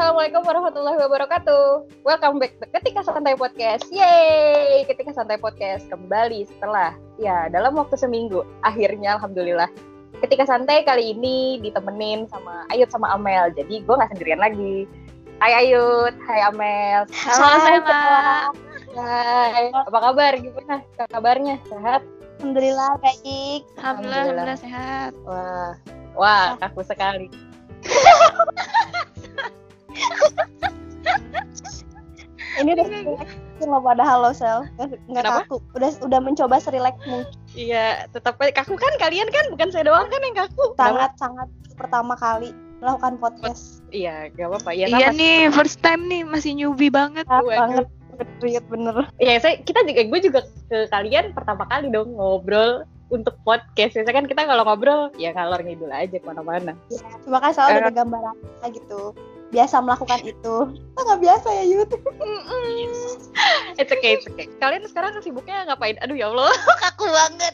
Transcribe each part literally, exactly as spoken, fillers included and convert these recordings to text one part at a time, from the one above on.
Assalamualaikum warahmatullahi wabarakatuh. Welcome back to Ketika Santai Podcast. Yeay, Ketika Santai Podcast kembali setelah ya dalam waktu seminggu. Akhirnya alhamdulillah. Ketika Santai kali ini ditemenin sama Ayut sama Amel. Jadi gue nggak sendirian lagi. Hai Ayut, hai Amel. Halo Sela. Hai. Apa kabar? Gimana kabarnya? Sehat? Alhamdulillah baik. Alhamdulillah. Alhamdulillah, Alhamdulillah sehat. Wah, wah kaku sekali. Ini udah nggak pada halo Sel, nggak kaku. Udah udah mencoba serileks mungkin. Iya, tetap kaku kan kalian kan, bukan saya doang kan yang kaku. Sangat sangat pertama kali melakukan podcast. Iya, gak apa-apa. Ya, iya nih, first time nih, masih newbie banget. Ah, banget, banget bener. Iya, saya kita juga gue juga ke kalian pertama kali dong ngobrol untuk podcast. Biasanya kan kita kalau ngobrol ya ngalor ngidul aja kemana-mana. Ya, cuma kan soal uh, ada gambaran gitu. Biasa melakukan itu. Kita nggak biasa ya Yud. It's okay, it's okay. Kalian sekarang sibuknya ngapain? Aduh ya Allah, kaku banget.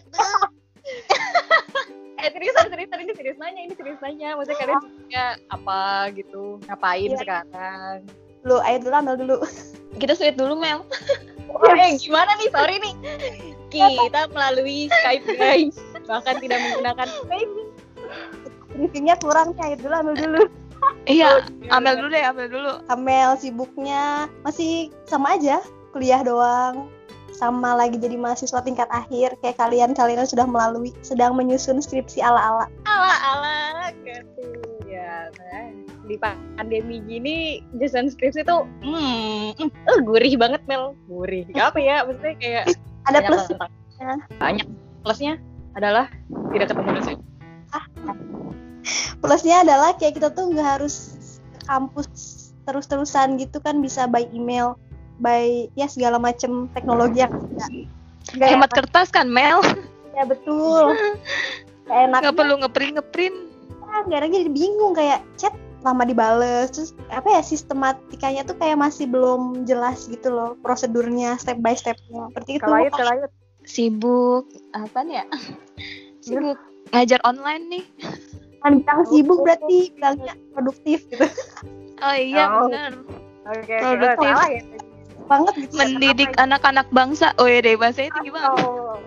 eh seriusan, seriusan ini serius nanya, ini serius nanya. Maksudnya kalian sibuknya apa gitu? Ngapain ya sekarang? Lu, ayo dulu, ambil dulu. Kita sweet dulu Mel. Eh gimana nih, sorry nih. Kita melalui Skype guys. Bahkan tidak menggunakan Skype. Briefingnya kurang nih, ayo dulu, ambil dulu. Iya, Amel dulu deh, Amel dulu. Amel sibuknya masih sama aja, kuliah doang. Sama lagi jadi mahasiswa tingkat akhir kayak kalian-kalian sudah melalui, sedang menyusun skripsi ala-ala. Ala-ala gitu. Ya, nah, di pandemi gini nyusun skripsi tuh hmm, uh, gurih banget Mel. Gurih. Apa ya? Maksudnya kayak ada plusnya. Banyak. Plusnya adalah tidak ketemu dosen. Ah. Plusnya adalah kayak kita tuh nggak harus ke kampus terus-terusan gitu kan, bisa by email, by ya segala macam teknologi yang ada. Hemat kertas kan Mel? Ya betul. Kayak enak. Nggak perlu ngeprint ngeprint. Ah, kadang jadi bingung kayak chat lama dibales, terus apa ya sistematikanya tuh kayak masih belum jelas gitu loh prosedurnya step by stepnya. Seperti itu. Kalau kalau sibuk apa nih ya? Sibuk ngajar online nih. Kan bilang sibuk berarti bilangnya produktif gitu. Oh iya oh. Benar. Oke, okay, produktif salah ya. Banget gitu. Mendidik ya, anak-anak bangsa. Oh iya deh, bahasa itu gimana? Oh.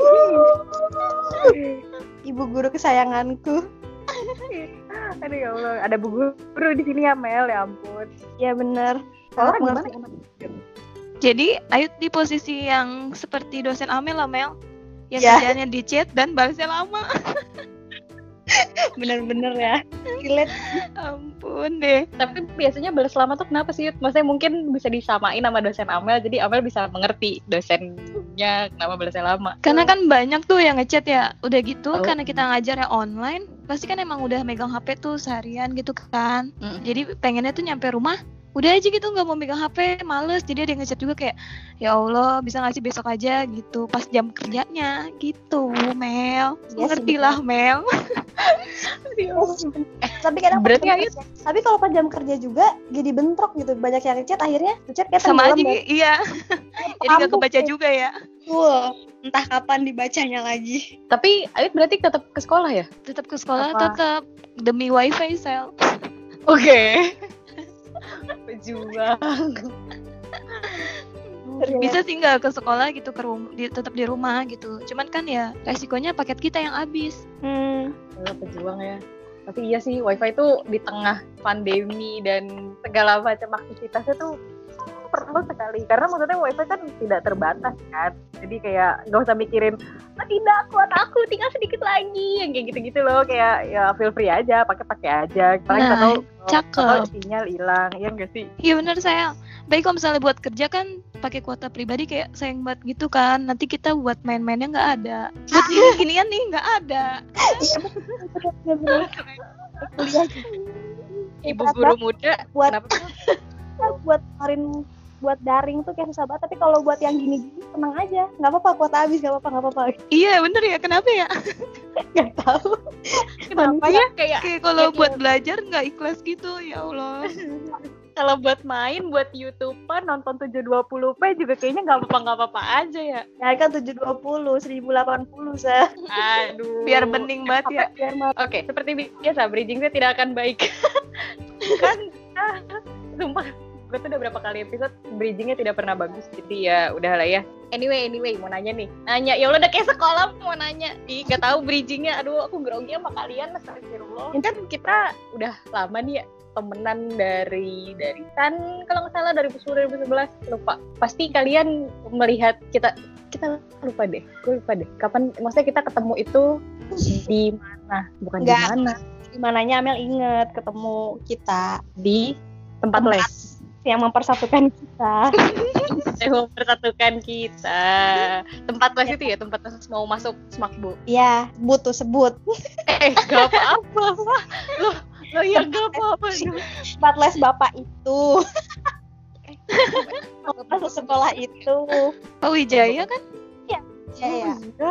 Ibu guru kesayanganku. Aduh ya Allah, ada bu guru di sini ya Mel, ya ampun. Ya benar. Kalau gimana? Jadi Ayut di posisi yang seperti dosen Amel lah Mel, yang ya. Kerjanya di chat dan balasnya lama. Bener-bener ya. Relate. Ampun deh. Tapi biasanya balas lama tuh kenapa sih? Maksudnya mungkin bisa disamain sama dosen Amel, jadi Amel bisa mengerti dosennya kenapa balasnya lama. Karena kan banyak tuh yang ngechat ya. Udah gitu oh. Karena kita ngajarnya online, pasti kan emang udah megang H P tuh seharian gitu kan. Mm. Jadi pengennya tuh nyampe rumah udah aja gitu, nggak mau megang H P, males. Jadi ada yang ngechat juga kayak, ya Allah bisa ngasih besok aja gitu, pas jam kerjanya gitu, Mel. Ya, ngertilah Mel. eh, tapi kadang berarti Ayut. Tapi kalau pas jam kerja juga jadi bentrok gitu, banyak yang ngechat akhirnya ngechat kayak sama aja gitu, iya. Jadi nggak kebaca juga ya. Tuh, entah kapan dibacanya lagi. Tapi Ayut berarti tetap ke sekolah ya? Tetap ke sekolah, tetap demi wifi sel. Oke. Okay. Pejuang. Bisa sih nggak ke sekolah gitu, ke rumah, di, tetap di rumah gitu. Cuman kan ya resikonya paket kita yang habis. Hmm. Oh, pejuang ya. Tapi iya sih, wifi itu di tengah pandemi dan segala macam aktivitasnya tuh perlu sekali. Karena maksudnya wifi kan tidak terbatas kan. Jadi kayak nggak usah mikirin, ah, tidak kuat aku, tinggal sedikit lagi. Yang kayak gitu-gitu loh. Kayak ya feel free aja, pakai-pakai aja. Karena nah, kita tahu cakep. Oh, sinyal hilang, iya nggak sih? Iya benar saya. Baik kalau misalnya buat kerja kan pakai kuota pribadi kayak sayang banget gitu kan. Nanti kita buat main-mainnya nggak ada. Buat gini-ginian nih nggak ada. Kuliah Ibu guru muda buat kenapa tuh? buat kemarin buat daring tuh kayak susah banget, tapi kalau buat yang gini-gini tenang aja, nggak apa-apa, kuota habis nggak apa-apa nggak apa-apa. Iya bener ya, kenapa ya? Nggak tahu Kenapa ya? Kayak kayak kalau buat belajar nggak ikhlas gitu, ya Allah. Kalau buat main, buat YouTuber nonton tujuh dua puluh p juga kayaknya nggak apa-apa nggak apa-apa aja ya. Ya kan tujuh dua puluh, seribu delapan puluh sah. Aduh. Biar bening banget ya. Oke, okay, seperti biasa bridging saya tidak akan baik. Kan sumpah gue tuh udah berapa kali episode bridgingnya tidak pernah bagus, jadi ya udahlah ya. Anyway, anyway mau nanya nih, nanya ya Allah udah kayak sekolah mau nanya, ih nggak tahu bridgingnya, aduh aku grogi sama kalian, astagfirullah. Kan kita udah lama nih ya temenan dari dari kan kalau nggak salah dari dua ribu sebelas, lupa. Pasti kalian melihat kita kita lupa deh, gue lupa deh. Kapan maksudnya kita ketemu itu di mana? Bukan di mana? Di mananya Amel inget ketemu kita di tempat, tempat les yang mempersatukan kita. Yang mempersatukan kita. Tempat les itu ya, tempat les mau masuk Smakbo. Iya, butuh sebut. Eh, gak apa-apa. Loh, lo ya gak apa-apa. Tempat les Bapak itu. Masuk sekolah itu. Oh, Wijaya kan? Iya. Iya.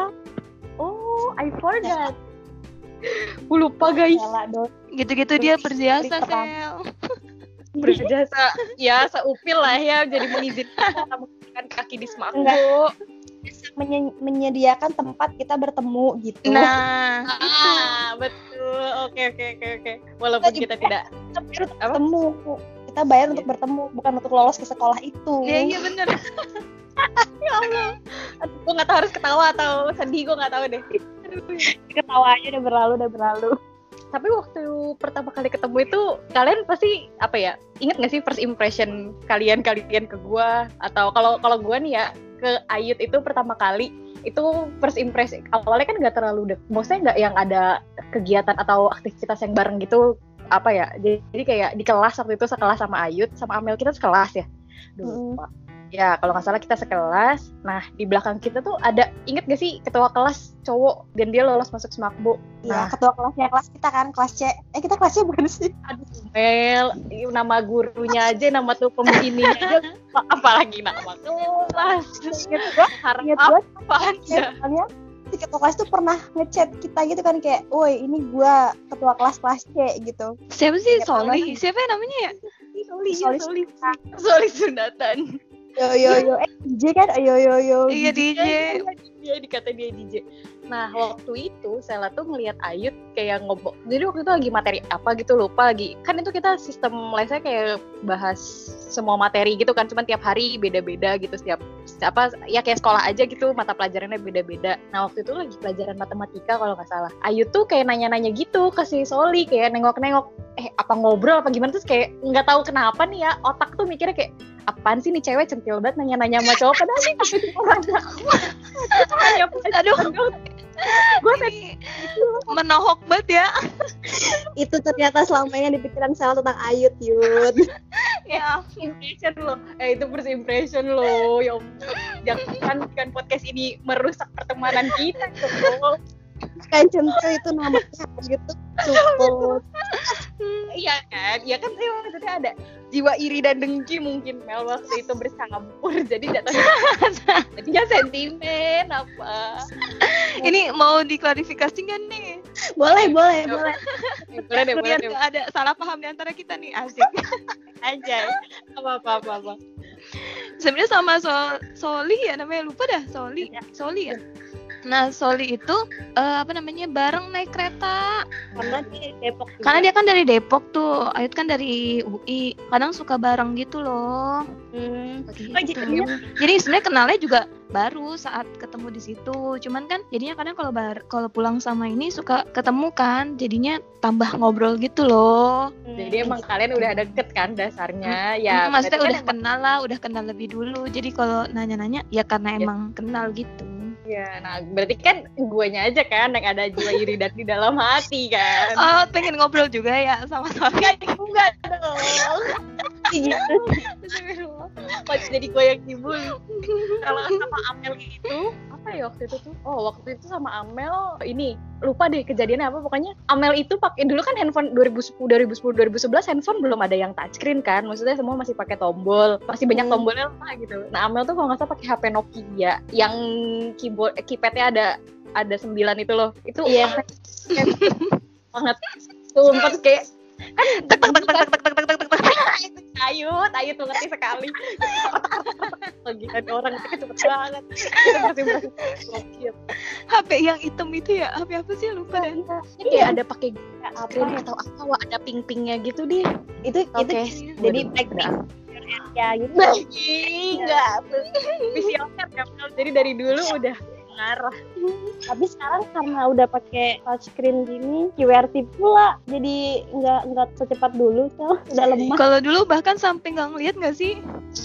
Oh, I forgot. Gue lupa guys. Gitu-gitu dia berjasa, Sel. Berjasa, ya seupil lah ya, jadi mengizinkan kita menggunakan kaki di Smakbo. Menye- menyediakan tempat kita bertemu gitu. Nah, ah, betul. Oke, oke, oke, oke. Walaupun kita tidak bertemu, kita bayar untuk bertemu, bukan untuk lolos ke sekolah itu. Iya, iya benar. Ya Allah, aduh, gue nggak tahu harus ketawa atau sedih, gue nggak tahu deh. Aduh, ketawa aja udah berlalu, udah berlalu. Tapi waktu pertama kali ketemu itu kalian pasti apa ya? Ingat nggak sih first impression kalian kalian ke gue? Atau kalau kalau gue nih ya ke Ayut itu pertama kali itu first impression awalnya kan nggak terlalu dek. Maksudnya nggak yang ada kegiatan atau aktivitas yang bareng gitu apa ya? Jadi, jadi kayak di kelas waktu itu sekelas sama Ayut sama Amel, kita sekelas ya. Duh, lupa. Ya kalau nggak salah kita sekelas. Nah di belakang kita tuh ada, inget gak sih ketua kelas cowok dan dia lolos masuk Smakbo. Iya, nah, ketua kelasnya kelas kita kan, kelas C. Eh kita kelas C bukan sih? Aduh Mel, nama gurunya aja, nama tuh pembininya aja, apalagi nama kelas. Ingat gue, harap apa aja. Si ketua kelas tuh pernah ngechat kita gitu kan kayak, woi ini gue ketua kelas kelas C gitu. Siapa sih Soli? Siapa yang namanya ya? Soli, Soli, Soli, Soli Sunatan. Yo yo yo, eh D J kan? Yo yo yo. Iya D J. Dia dikata dia D J. Nah waktu itu Sela tuh ngelihat Ayut kayak ngobrol. Jadi waktu itu lagi materi apa gitu lupa lagi. Kan itu kita sistem lesnya kayak bahas semua materi gitu kan. Cuman tiap hari beda-beda gitu setiap apa ya kayak sekolah aja gitu, mata pelajarannya beda-beda. Nah waktu itu lagi pelajaran matematika kalau nggak salah. Ayut tuh kayak nanya-nanya gitu ke si Soli, kayak nengok-nengok. Eh apa ngobrol apa gimana, terus kayak nggak tahu kenapa nih ya otak tuh mikirnya kayak apaan sih nih cewek centil banget nanya-nanya sama cowok, padahal sih tapi itu orangnya aduh gue tadi menohok banget ya. Itu ternyata selama ini di pikiran saya tentang Ayut Yud. Ya impression lo, eh itu first impression lo, ya jangan kan podcast ini merusak pertemanan kita tuh. Kan centil itu namanya gitu support. Iya kan, ya kan sih maksudnya ada jiwa iri dan dengki mungkin Mel waktu itu bercampur, jadi jatuhnya jadinya sentimen apa. Ini mau diklarifikasi nggak nih? Boleh, boleh, boleh. Boleh deh, boleh deh. Ada salah paham di antara kita nih, asik. Aja. Apa apa apa apa. Sebenarnya sama Sol Soli ya namanya, lupa dah Soli. Soli ya. Nah Soli itu uh, apa namanya bareng naik kereta. Karena dia dari Depok juga. Karena dia kan dari Depok tuh, Ayut kan dari U I. Kadang suka bareng gitu loh. Hmm. Gitu. Oh, jadinya... Jadi sebenarnya kenalnya juga baru saat ketemu di situ. Cuman kan jadinya kadang kalau bar kalau pulang sama ini suka ketemu kan, jadinya tambah ngobrol gitu loh. Hmm. Jadi emang kalian udah deket kan dasarnya. Hmm. Ya. Hmm, maksudnya udah kan kenal lah, udah kenal lebih dulu. Jadi kalau nanya-nanya ya karena ya. Emang kenal gitu. Ya, nah berarti kan guanya aja kan yang ada jiwa iri dan di dalam hati kan. Oh, pengen ngobrol juga ya sama Soli. Enggak dong. Gitu. Pas jadi gue yang dibully. Kalau sama Amel itu apa ya waktu itu tuh? Oh waktu itu sama Amel ini lupa deh kejadiannya apa, pokoknya Amel itu pakai dulu kan handphone dua ribu sepuluh, dua ribu sepuluh, dua ribu sebelas handphone belum ada yang touchscreen kan, maksudnya semua masih pakai tombol, masih banyak tombolnya lah gitu. Nah Amel tuh kalau nggak salah pakai H P Nokia yang keyboard keypadnya ada ada sembilan itu loh, itu iya banget tuh empat kayak kan tek tek tek tek tek tek tek tek tek itu Ayut Ayut mengerti sekali. Lagi ada orang itu cepet banget itu masih masih H P yang hitam itu ya, H P apa sih lupa deh. Jadi kayak ada pakai Touchscreen apa? atau apa, wah, ada ping-pingnya gitu deh. Itu Oke. itu jadi Blackpink ya gitu. Enggak. Visioner ya, Mel. Jadi dari dulu udah ngarah. Tapi sekarang karena udah pakai touchscreen gini, Q R T pula, jadi nggak nggak secepat dulu, so udah lemah. Kalau dulu bahkan sampai nggak ngeliat nggak sih?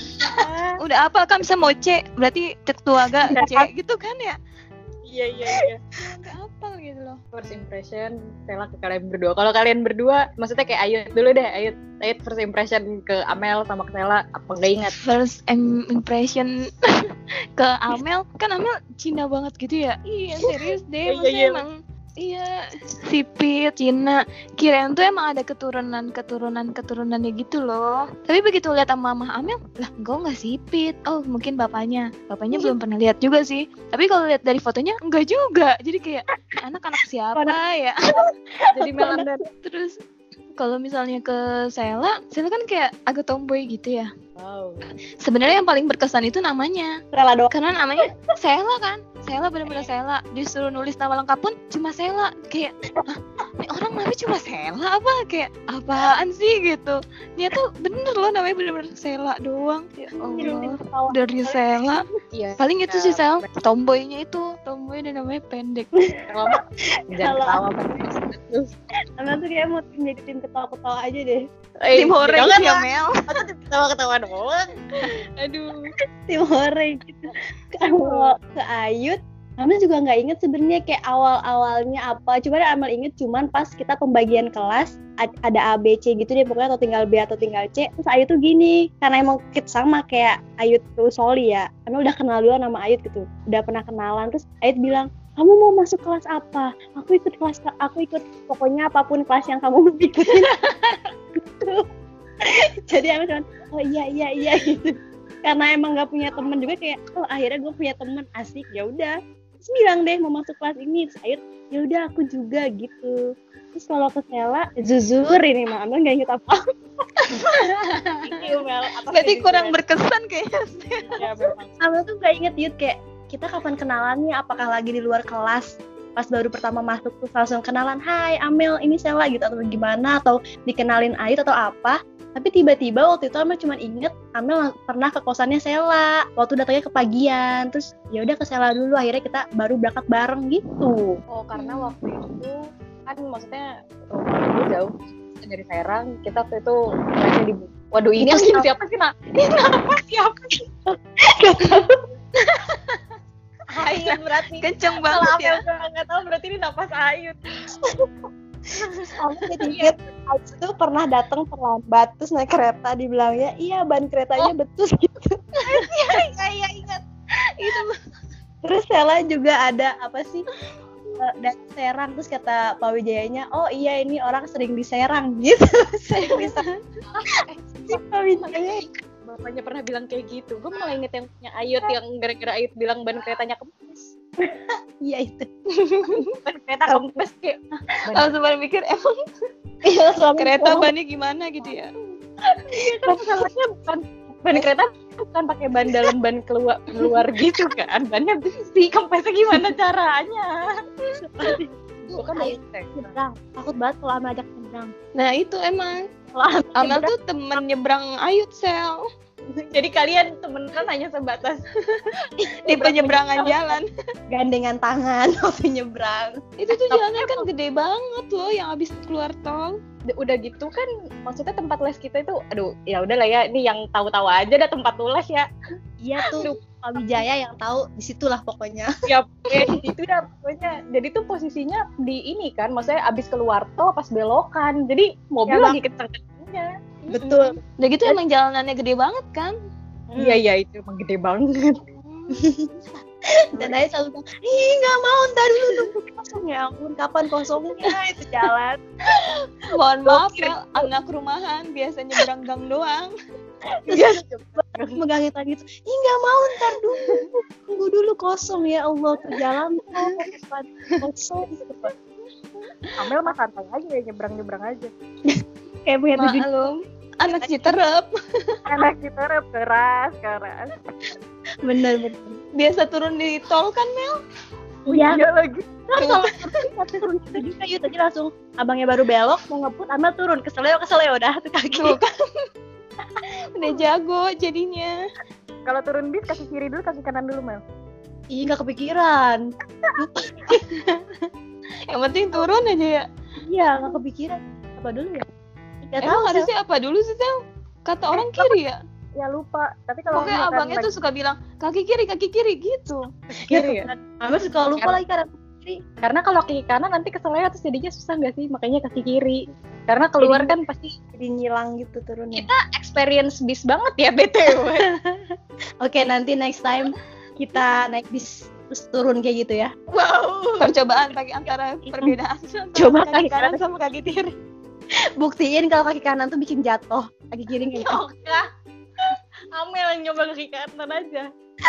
Udah apa kan bisa mau C, berarti tetua agak C gitu kan ya? Iya iya iya. Nggak apal gitu loh. First impression Sela ke kalian berdua. Kalau kalian berdua, maksudnya kayak Ayut dulu deh, Ayut. Ayut first impression ke Amel sama ke Sela, apa nggak ingat? First em- impression ke Amel, kan Amel Cina banget gitu ya? Iya serius deh, Iya, maksudnya iya. emang iya sipit Cina. Kirain tuh emang ada keturunan keturunan keturunannya gitu loh. Tapi begitu lihat sama Mama Amel, lah enggak nggak sipit. Oh mungkin bapaknya, bapaknya belum pernah lihat juga sih. Tapi kalau lihat dari fotonya enggak juga. Jadi kayak anak-anak siapa ya? Jadi Melandan. Terus kalau misalnya ke Sela, Sela kan kayak agak tomboy gitu ya. Wow. Sebenarnya yang paling berkesan itu namanya. Rela doang. Karena namanya Sela kan. Sela benar-benar Sela. Disuruh nulis nama lengkap pun cuma Sela. Kayak ah, ini orang namanya cuma Sela apa? Kayak apaan sih gitu. Dia tuh bener loh namanya benar-benar Sela doang. Ya Allah. Dari Sela. Iya. Paling itu sih Sel. Tomboynya itu. Tomboy dan namanya pendek. Kalau jangan ketawa Pak. Karena tuh kayak mau tim jadi tim ketawa-ketawa aja deh. Eh, Tim Hore jangan ya lah. Mel. Atau ketawa-ketawa doang. Aduh. Tim Hore gitu. Kalau ke Ayut, Amel juga nggak inget sebenarnya kayak awal-awalnya apa. Cuma Amel inget cuman pas kita pembagian kelas ad- ada A B C gitu deh pokoknya, atau tinggal B atau tinggal C. Terus Ayut tuh gini, karena emang kita sama kayak Ayut tuh Soli ya. Amel udah kenal dulu nama Ayut gitu, udah pernah kenalan. Terus Ayut bilang, kamu mau masuk kelas apa? Aku ikut kelas, aku ikut pokoknya apapun kelas yang kamu mau ikutin. Gitu. Jadi Amel cuman, oh iya iya iya gitu. Karena emang nggak punya temen juga kayak, oh akhirnya gue punya temen, asik, ya udah. Terus bilang deh mau masuk kelas ini, terus Ayut, ya udah aku juga gitu. Terus kalau ke Sela, jujur ini mah Amel nggak inget apa. Ini Mel, atas Berarti kejujuran. kurang berkesan kayaknya. Ya, memang. Amel tuh nggak inget Yud, kayak kita kapan kenalannya, apakah lagi di luar kelas pas baru pertama masuk tuh langsung kenalan, hai Amel ini Sela gitu, atau gimana, atau dikenalin Ayut atau apa. Tapi tiba-tiba waktu itu Amel cuma inget Amel pernah ke kosannya Sela waktu datangnya ke pagian. Terus ya udah ke Sela dulu, akhirnya kita baru berangkat bareng gitu. Oh, karena waktu itu kan maksudnya rumah gue jauh dari Serang, kita waktu itu mainnya di waduh ini Itu siapa, siapa sih nak? Ini apa siapa sih? Ayut berarti. Kenceng Kalau banget ya. Amel nggak tahu berarti ini napas Ayut. Amel jadi inget Ayut tuh pernah datang terlambat, terus naik kereta dibilangnya, iya ban keretanya betul gitu. Iya ingat. Itu Terus Sela juga ada apa sih, uh, dari Serang, terus kata Pak Wijayanya, oh iya ini orang sering di Serang gitu. Sering di Serang. Pak Wijaya. Bapaknya pernah bilang kayak gitu. Gue malah inget yang punya Ayut yang gara-gara Ayut bilang ban keretanya kempes. Iya itu. Ban kereta kempes kayak. langsung baru mikir emang Iya suami kereta gua. bannya gimana gitu ya. Kan masalahnya ban ban kereta bukan pakai ban dalam, ban keluar keluar gitu kan. Bannya besi, kempesnya gimana caranya? Bukan dari tek. Nyebrang. Takut banget kalau Amel ajak nyebrang. Nah itu emang Lah, Amel tuh temen nyebrang Ayut Sel Jadi kalian temenan hanya sebatas di penyeberangan jalan. gandengan tangan waktu nyebrang. Itu tuh jalannya kan gede banget loh yang abis keluar tol. udah gitu kan, maksudnya tempat les kita itu, aduh ya udahlah ya, ini yang tahu-tahu aja dah tempat lu les ya. Iya tuh Pak Wijaya yang tahu, disitulah pokoknya. Ya itu dah pokoknya. Jadi tuh posisinya di ini kan, maksudnya abis keluar tol pas belokan, jadi mobil Ya, lagi kenceng-kencengnya. Betul. Udah gitu emang jalanannya gede banget kan. Iya iya itu emang gede banget. Dan Ayah selalu bilang, ih nggak mau, ntar dulu nunggu kosong, ya ampun kapan kosongnya itu jalan. Mohon maaf ya, anak rumahan biasa nyebrang gang doang. Terus megangin tangan gitu, ih nggak mau, ntar dulu tunggu dulu kosong, ya Allah tuh jalan kok kosong gitu Pak. Amel mah santai aja ya, nyebrang-nyebrang aja. Kayak punya tujuh. Maklum, anak Citerep Enak gitu, rep keras keras. Bener bener. biasa turun di tol kan Mel. Iya. Iya lagi. Terus kalau turun turun gitu juga yuk tadi langsung abangnya baru belok mau ngebut Amel turun keseleo keseleo dah tuh kaki. Tuh kan. Udah jago jadinya. Kalau turun bis kaki kiri dulu, kaki kanan dulu, Mel. Ih nggak kepikiran. Yang penting turun aja ya. Iya nggak kepikiran. Apa dulu ya? Nggak tahu. Emang harusnya apa dulu sih, Sel? Kata orang kiri ya? Ya lupa. Tapi kalau Pokoknya misalkan abangnya lagi tuh suka bilang kaki kiri, kaki kiri gitu. kiri ya. Amel suka lupa lagi kanan kiri. Karena kalau kaki kanan nanti keseleo terus jadinya susah nggak sih? Makanya kaki kiri. Karena keluar Jadi- kan pasti Jadi nyilang gitu turunnya. kita experience bis banget ya B T W. Oke nanti next time kita naik bis terus turun kayak gitu ya. Wow. Percobaan bagi antara perbedaan antara Coba kaki kaki kanan kanan. sama kaki kiri. Buktiin kalau kaki kanan tuh bikin jatuh, kaki kiri nggak gitu. Oke. Amel yang nyoba kaki kanan aja.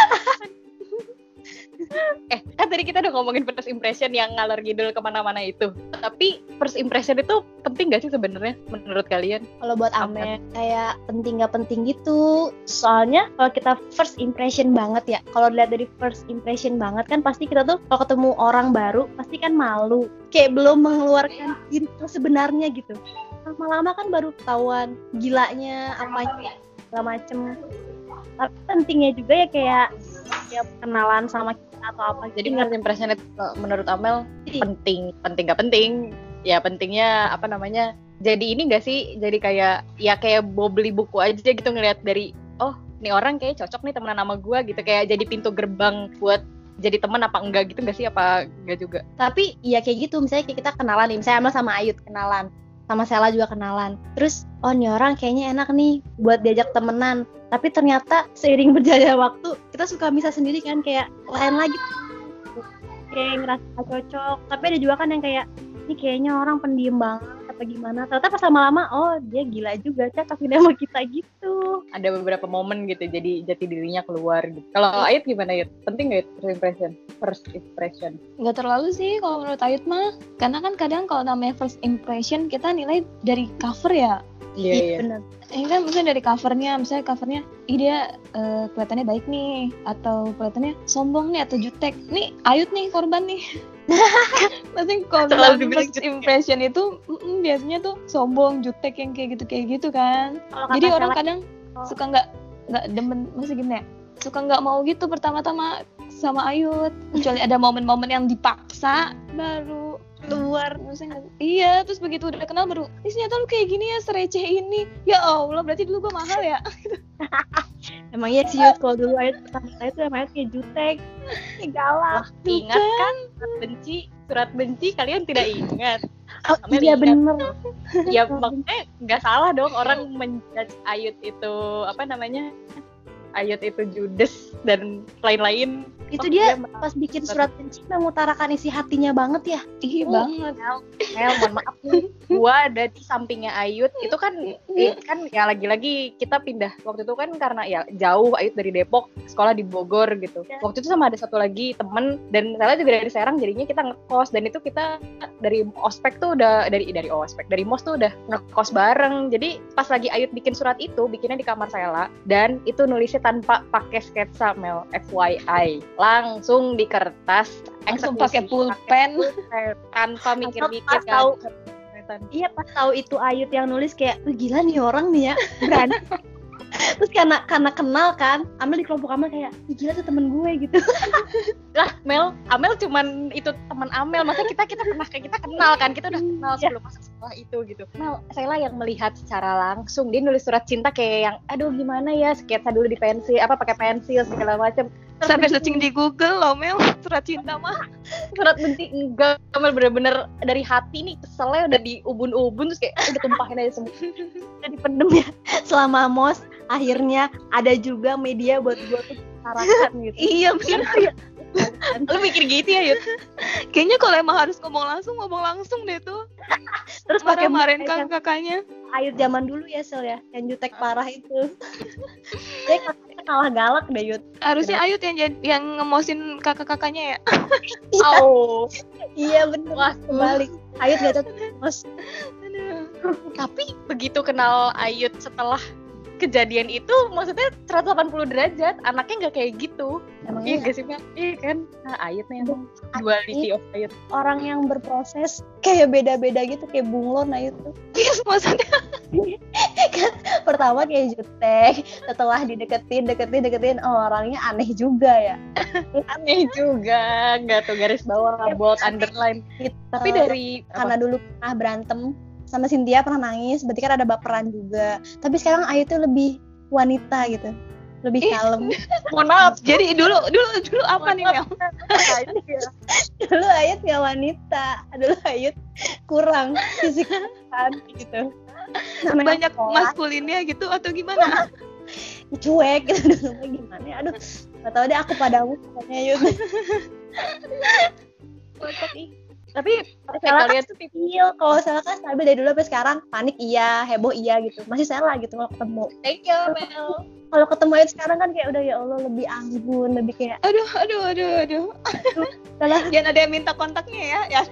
eh kan tadi kita udah ngomongin first impression yang ngalor ngidul kemana-mana itu. Tapi first impression itu penting gak sih sebenarnya menurut kalian? Kalau buat Amel kayak penting nggak penting gitu. Soalnya kalau kita first impression banget ya, kalau dilihat dari first impression banget kan pasti kita tuh kalau ketemu orang baru pasti kan malu, kayak belum mengeluarkan diri kita sebenarnya gitu. Lama-lama kan baru ketahuan gilanya apanya segala macem. Tapi pentingnya juga ya kayak ya kenalan sama kita atau apa. Jadi first impression itu menurut Amel Jadi penting, penting gak penting? Ya pentingnya apa namanya? Jadi ini gak sih? Jadi kayak ya kayak mau beli buku aja gitu ngeliat dari oh nih orang kayak cocok nih temenan sama gue gitu, kayak jadi pintu gerbang buat jadi teman apa enggak gitu gak sih? Apa enggak juga? tapi ya kayak gitu misalnya kayak kita kenalan nih, misalnya Amel sama Ayut kenalan, sama Sela juga kenalan, terus oh nih orang kayaknya enak nih buat diajak temenan, tapi ternyata seiring berjalannya waktu kita suka misah sendiri kan, kayak lain lagi kayak ngerasa gak cocok. Tapi ada juga kan yang kayak ini kayaknya orang pendiam banget apa gimana, ternyata pas lama-lama oh dia gila juga cocok ini sama kita gitu. Ada beberapa momen gitu jadi jati dirinya keluar gitu. Kalau Ayat gimana Ayat? Penting gak Ayat first impression? First impression. Nggak terlalu sih kalau menurut Ayut mah. Karena kan kadang kalau namanya first impression kita nilai dari cover ya. Iya iya. Bener. Ini kan misalnya dari covernya, misalnya covernya, ih dia uh, kelihatannya baik nih, atau kelihatannya sombong nih, atau jutek. Nih Ayut nih korban nih. Maksudnya kalau Selalu bilang dibilang first impression itu mm, biasanya tuh sombong, jutek yang kayak gitu kayak gitu kan. Kalau kata Jadi orang Sela- kadang Oh. suka nggak nggak demen, maksudnya gimana ya? Suka nggak mau gitu pertama-tama sama Ayut, kecuali ada momen-momen yang dipaksa baru keluar. Maksudnya nggak- iya, terus begitu udah kenal baru, ih ternyata lu kayak gini ya, sereceh ini. Ya Allah, berarti dulu gua mahal ya. emang iya sih Yud, kalau dulu Ayut pertama saya tuh emang Ayut kayak jutek, kayak galak. Ingat kan surat benci, surat benci kalian tidak ingat? Oh, Amel iya ingat. bener. Ya maksudnya nggak salah dong orang menjudge Ayut itu apa namanya? Ayut itu judes dan lain-lain. Itu Oh, dia iya, pas bikin surat benci mengutarakan isi hatinya banget ya. Iya Oh. banget. Mel, mohon maaf nih, gua ada di sampingnya Ayut. Itu kan eh, kan ya lagi-lagi kita pindah waktu itu kan karena ya jauh, Ayut dari Depok, sekolah di Bogor gitu. Ya. Waktu itu sama ada satu lagi temen dan saya juga dari Serang, jadinya kita ngekos dan itu kita dari ospek tuh udah dari dari ospek dari mos tuh udah ngekos bareng. Jadi pas lagi Ayut bikin surat itu, bikinnya di kamar Sela dan itu nulisnya tanpa pakai sketsa Mel, F Y I, langsung di kertas, Langsung eksekusi, pakai pulpen. pulpen, tanpa mikir-mikir Pas kan. tahu Iya pas tahu itu Ayut yang nulis kayak "Wih, gila nih orang nih ya berani. Terus karena karena kenal kan, Amel di kelompok Amel kayak "Ih, gila tuh temen gue gitu. Lah Mel, Amel cuman itu teman Amel, masa kita kita pernah kayak kita kenal kan, kita udah kenal sebelum masuk sekolah itu gitu. Mel, Sela yang melihat secara langsung, dia nulis surat cinta kayak yang aduh gimana ya, sketsa dulu di pensil, apa pakai pensil segala macam. Sampai searching di Google loh Mel, surat cinta mah. Surat benci enggak, Mel bener-bener dari hati nih, keselnya udah diubun-ubun terus kayak udah tumpahin aja semua. Udah dipendem ya selama mos. Akhirnya ada juga media buat gue tuh utarakan gitu. Iya bener. Lu mikir gitu ya, Yud? Kayaknya kalau emang harus ngomong langsung, ngomong langsung deh tuh. Terus pakai Marah-marahin muka yang kakak-kakaknya. Ayut zaman dulu ya Sel ya, yang jutek parah itu. Dia katanya kalah galak deh Yud. Harusnya Ayut yang jad- yang ngemosin kakak-kakaknya ya. Oh, Iya bener. wah, Kebalik. Ayut gak cocok mos. tapi begitu kenal Ayut setelah kejadian itu, maksudnya seratus delapan puluh derajat, anaknya nggak kayak gitu. Emang Iya iya. gak sih Mbak? Iya kan? Nah, Ayut nih emang duality of Ayut. Orang yang berproses kayak beda-beda gitu, kayak bunglon Ayut tuh. Maksudnya Kan pertama kayak jutek, setelah dideketin, deketin, deketin, oh orangnya aneh juga ya. Aneh juga, nggak tuh garis bawah, bold, underline. Gitu. Tapi dari Karena dulu pernah berantem sama Cynthia, pernah nangis, berarti kan ada baperan juga. Tapi sekarang Ayu tuh lebih wanita gitu, lebih Ih. kalem. mohon maaf, jadi dulu dulu dulu apa nih Mel? Ayut ya. Dulu Ayut nggak wanita, dulu Ayut kurang fisik kan gitu. Namanya Banyak sekolah, maskulinnya gitu atau gimana? cuek gitu dulu mah gimana? Aduh, nggak tahu deh aku padamu pokoknya Ayut. Tapi Salah kalian kan tuh tipe stabil, kalau salah kan stabil dari dulu sampai sekarang, panik iya, heboh iya gitu, masih salah gitu kalau ketemu. thank you Mel. Kalau ketemu Ayut sekarang kan kayak udah ya Allah lebih anggun, lebih kayak Aduh, aduh, aduh, aduh. salah. Jangan ada yang minta kontaknya ya. Ya.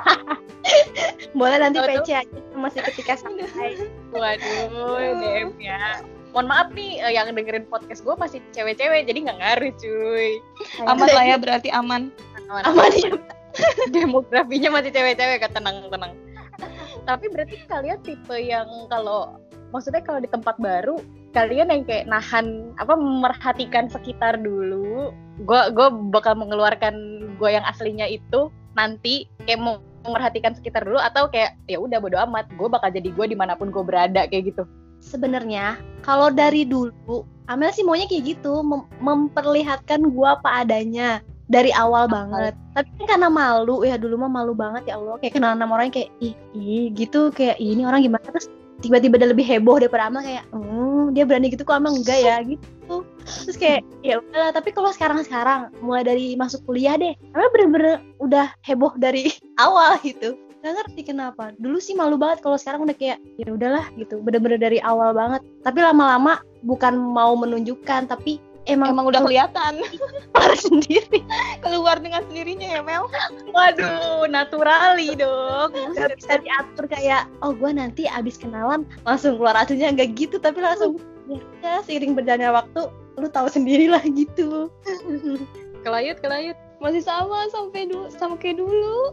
Boleh nanti Tahu P tuh. C aja masih ketika sampai. Waduh, D M ya. Mohon maaf nih eh, yang dengerin podcast gue masih cewek-cewek, jadi nggak ngaruh cuy. Aman lah ya, berarti aman. Aman ya. Demografinya masih cewek-cewek, kan tenang-tenang. Tapi berarti kalian tipe yang kalau maksudnya kalau di tempat baru kalian yang kayak nahan apa memerhatikan sekitar dulu. Gue gue bakal mengeluarkan gue yang aslinya itu nanti kayak mau memerhatikan sekitar dulu atau kayak ya udah bodo amat, gue bakal jadi gue dimanapun gue berada kayak gitu. Sebenarnya kalau dari dulu Amel sih maunya kayak gitu, mem- memperlihatkan gua apa adanya dari awal banget. Tapi kan karena malu ya, dulu mah malu banget ya Allah, kayak kenalan sama orang kayak ih, ih gitu, kayak "Ih, ini orang gimana?" Terus tiba-tiba dia lebih heboh daripada Amel, kayak oh dia berani gitu kok Amel enggak ya gitu. Terus kayak ya udahlah. Tapi kalau sekarang-sekarang mulai dari masuk kuliah deh, Amel bener-bener udah heboh dari awal gitu. Gak ngerti kenapa. Dulu sih malu banget, kalau sekarang udah kayak ya udahlah gitu. Bener-bener dari awal banget. Tapi lama-lama bukan mau menunjukkan, tapi emang Emang udah kelihatan keluar sendiri. keluar dengan sendirinya ya Mel. Waduh, naturali dong. Gak bisa diatur kayak oh gue nanti abis kenalan langsung keluar aslinya, nggak gitu. Tapi langsung ya seiring berjalannya waktu lu tahu sendiri lah gitu. Kelayut, kelayut. Masih sama sampai dulu sama kayak dulu.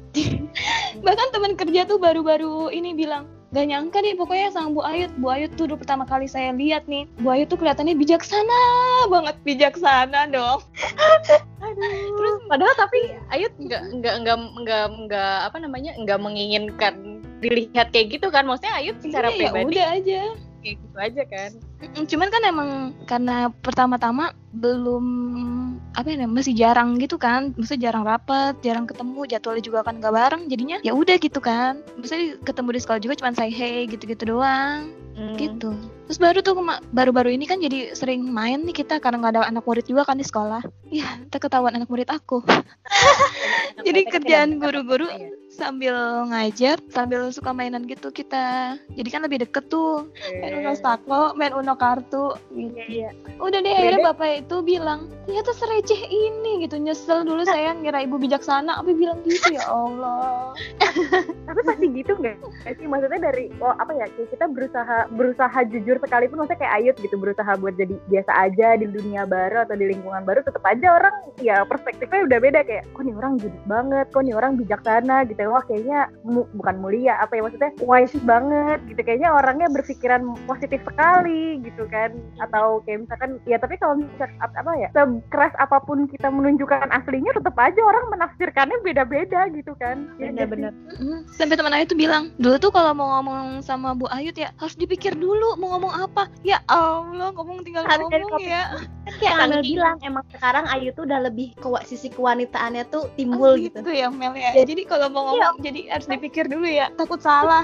Bahkan teman kerja tuh baru-baru ini bilang, gak nyangka deh pokoknya sama Bu Ayut. Bu Ayut tuh dulu pertama kali saya lihat nih, Bu Ayut tuh kelihatannya bijaksana banget, bijaksana dong. Terus padahal tapi Ayut nggak nggak nggak nggak nggak apa namanya nggak menginginkan dilihat kayak gitu kan, maksudnya Ayut secara Iya, ya pribadi udah aja. kayak gitu aja kan. Mm, Cuman kan emang karena pertama-tama belum apa ya, masih jarang gitu kan, maksudnya jarang rapat, jarang ketemu, jadwalnya juga kan nggak bareng, jadinya ya udah gitu kan. Maksudnya ketemu di sekolah juga cuma say hey gitu-gitu doang, Hmm. gitu. Terus baru tuh kema- baru-baru ini kan jadi sering main nih kita karena nggak ada anak murid juga kan di sekolah. Ya, kita ketahuan anak murid aku. Jadi Mereka kerjaan tidak guru-guru berkata-kata ya. sambil ngajar, sambil suka mainan gitu kita. Jadi kan lebih deket tuh. Main Uno Stako, main Uno kartu gitu. Iya. Udah deh akhirnya bapak itu bilang, ternyata sereceh ini gitu. Nyesel dulu saya ngira ibu bijaksana, tapi bilang gitu ya Allah. Tapi pasti gitu nggak sih, maksudnya dari oh apa ya kayak kita berusaha berusaha jujur sekalipun, maksudnya kayak Ayut gitu berusaha buat jadi biasa aja di dunia baru atau di lingkungan baru, tetap aja orang ya perspektifnya udah beda, kayak kok nih orang jujur banget, kok nih orang bijaksana gitu, wah kayaknya mu, bukan mulia apa ya maksudnya wise banget gitu, kayaknya orangnya berpikiran positif sekali gitu kan, atau kayak misalkan ya tapi kalau misalkan apa ya sekeras apapun kita menunjukkan aslinya, tetap aja orang menafsirkannya beda-beda gitu kan. Benar-benar. Mm, Sampai teman Ayut tuh bilang, dulu tuh kalau mau ngomong sama Bu Ayut ya harus dipikir dulu mau ngomong apa. Ya Allah, ngomong tinggal Harus dari ngomong topik. ya. Kan kayak Amel bilang, emang sekarang Ayu tuh udah lebih ke sisi kewanitaannya tuh timbul Oh, gitu. gitu ya Mel ya. Jadi- Jadi kalau mau ngomong jadi harus dipikir dulu ya, takut salah.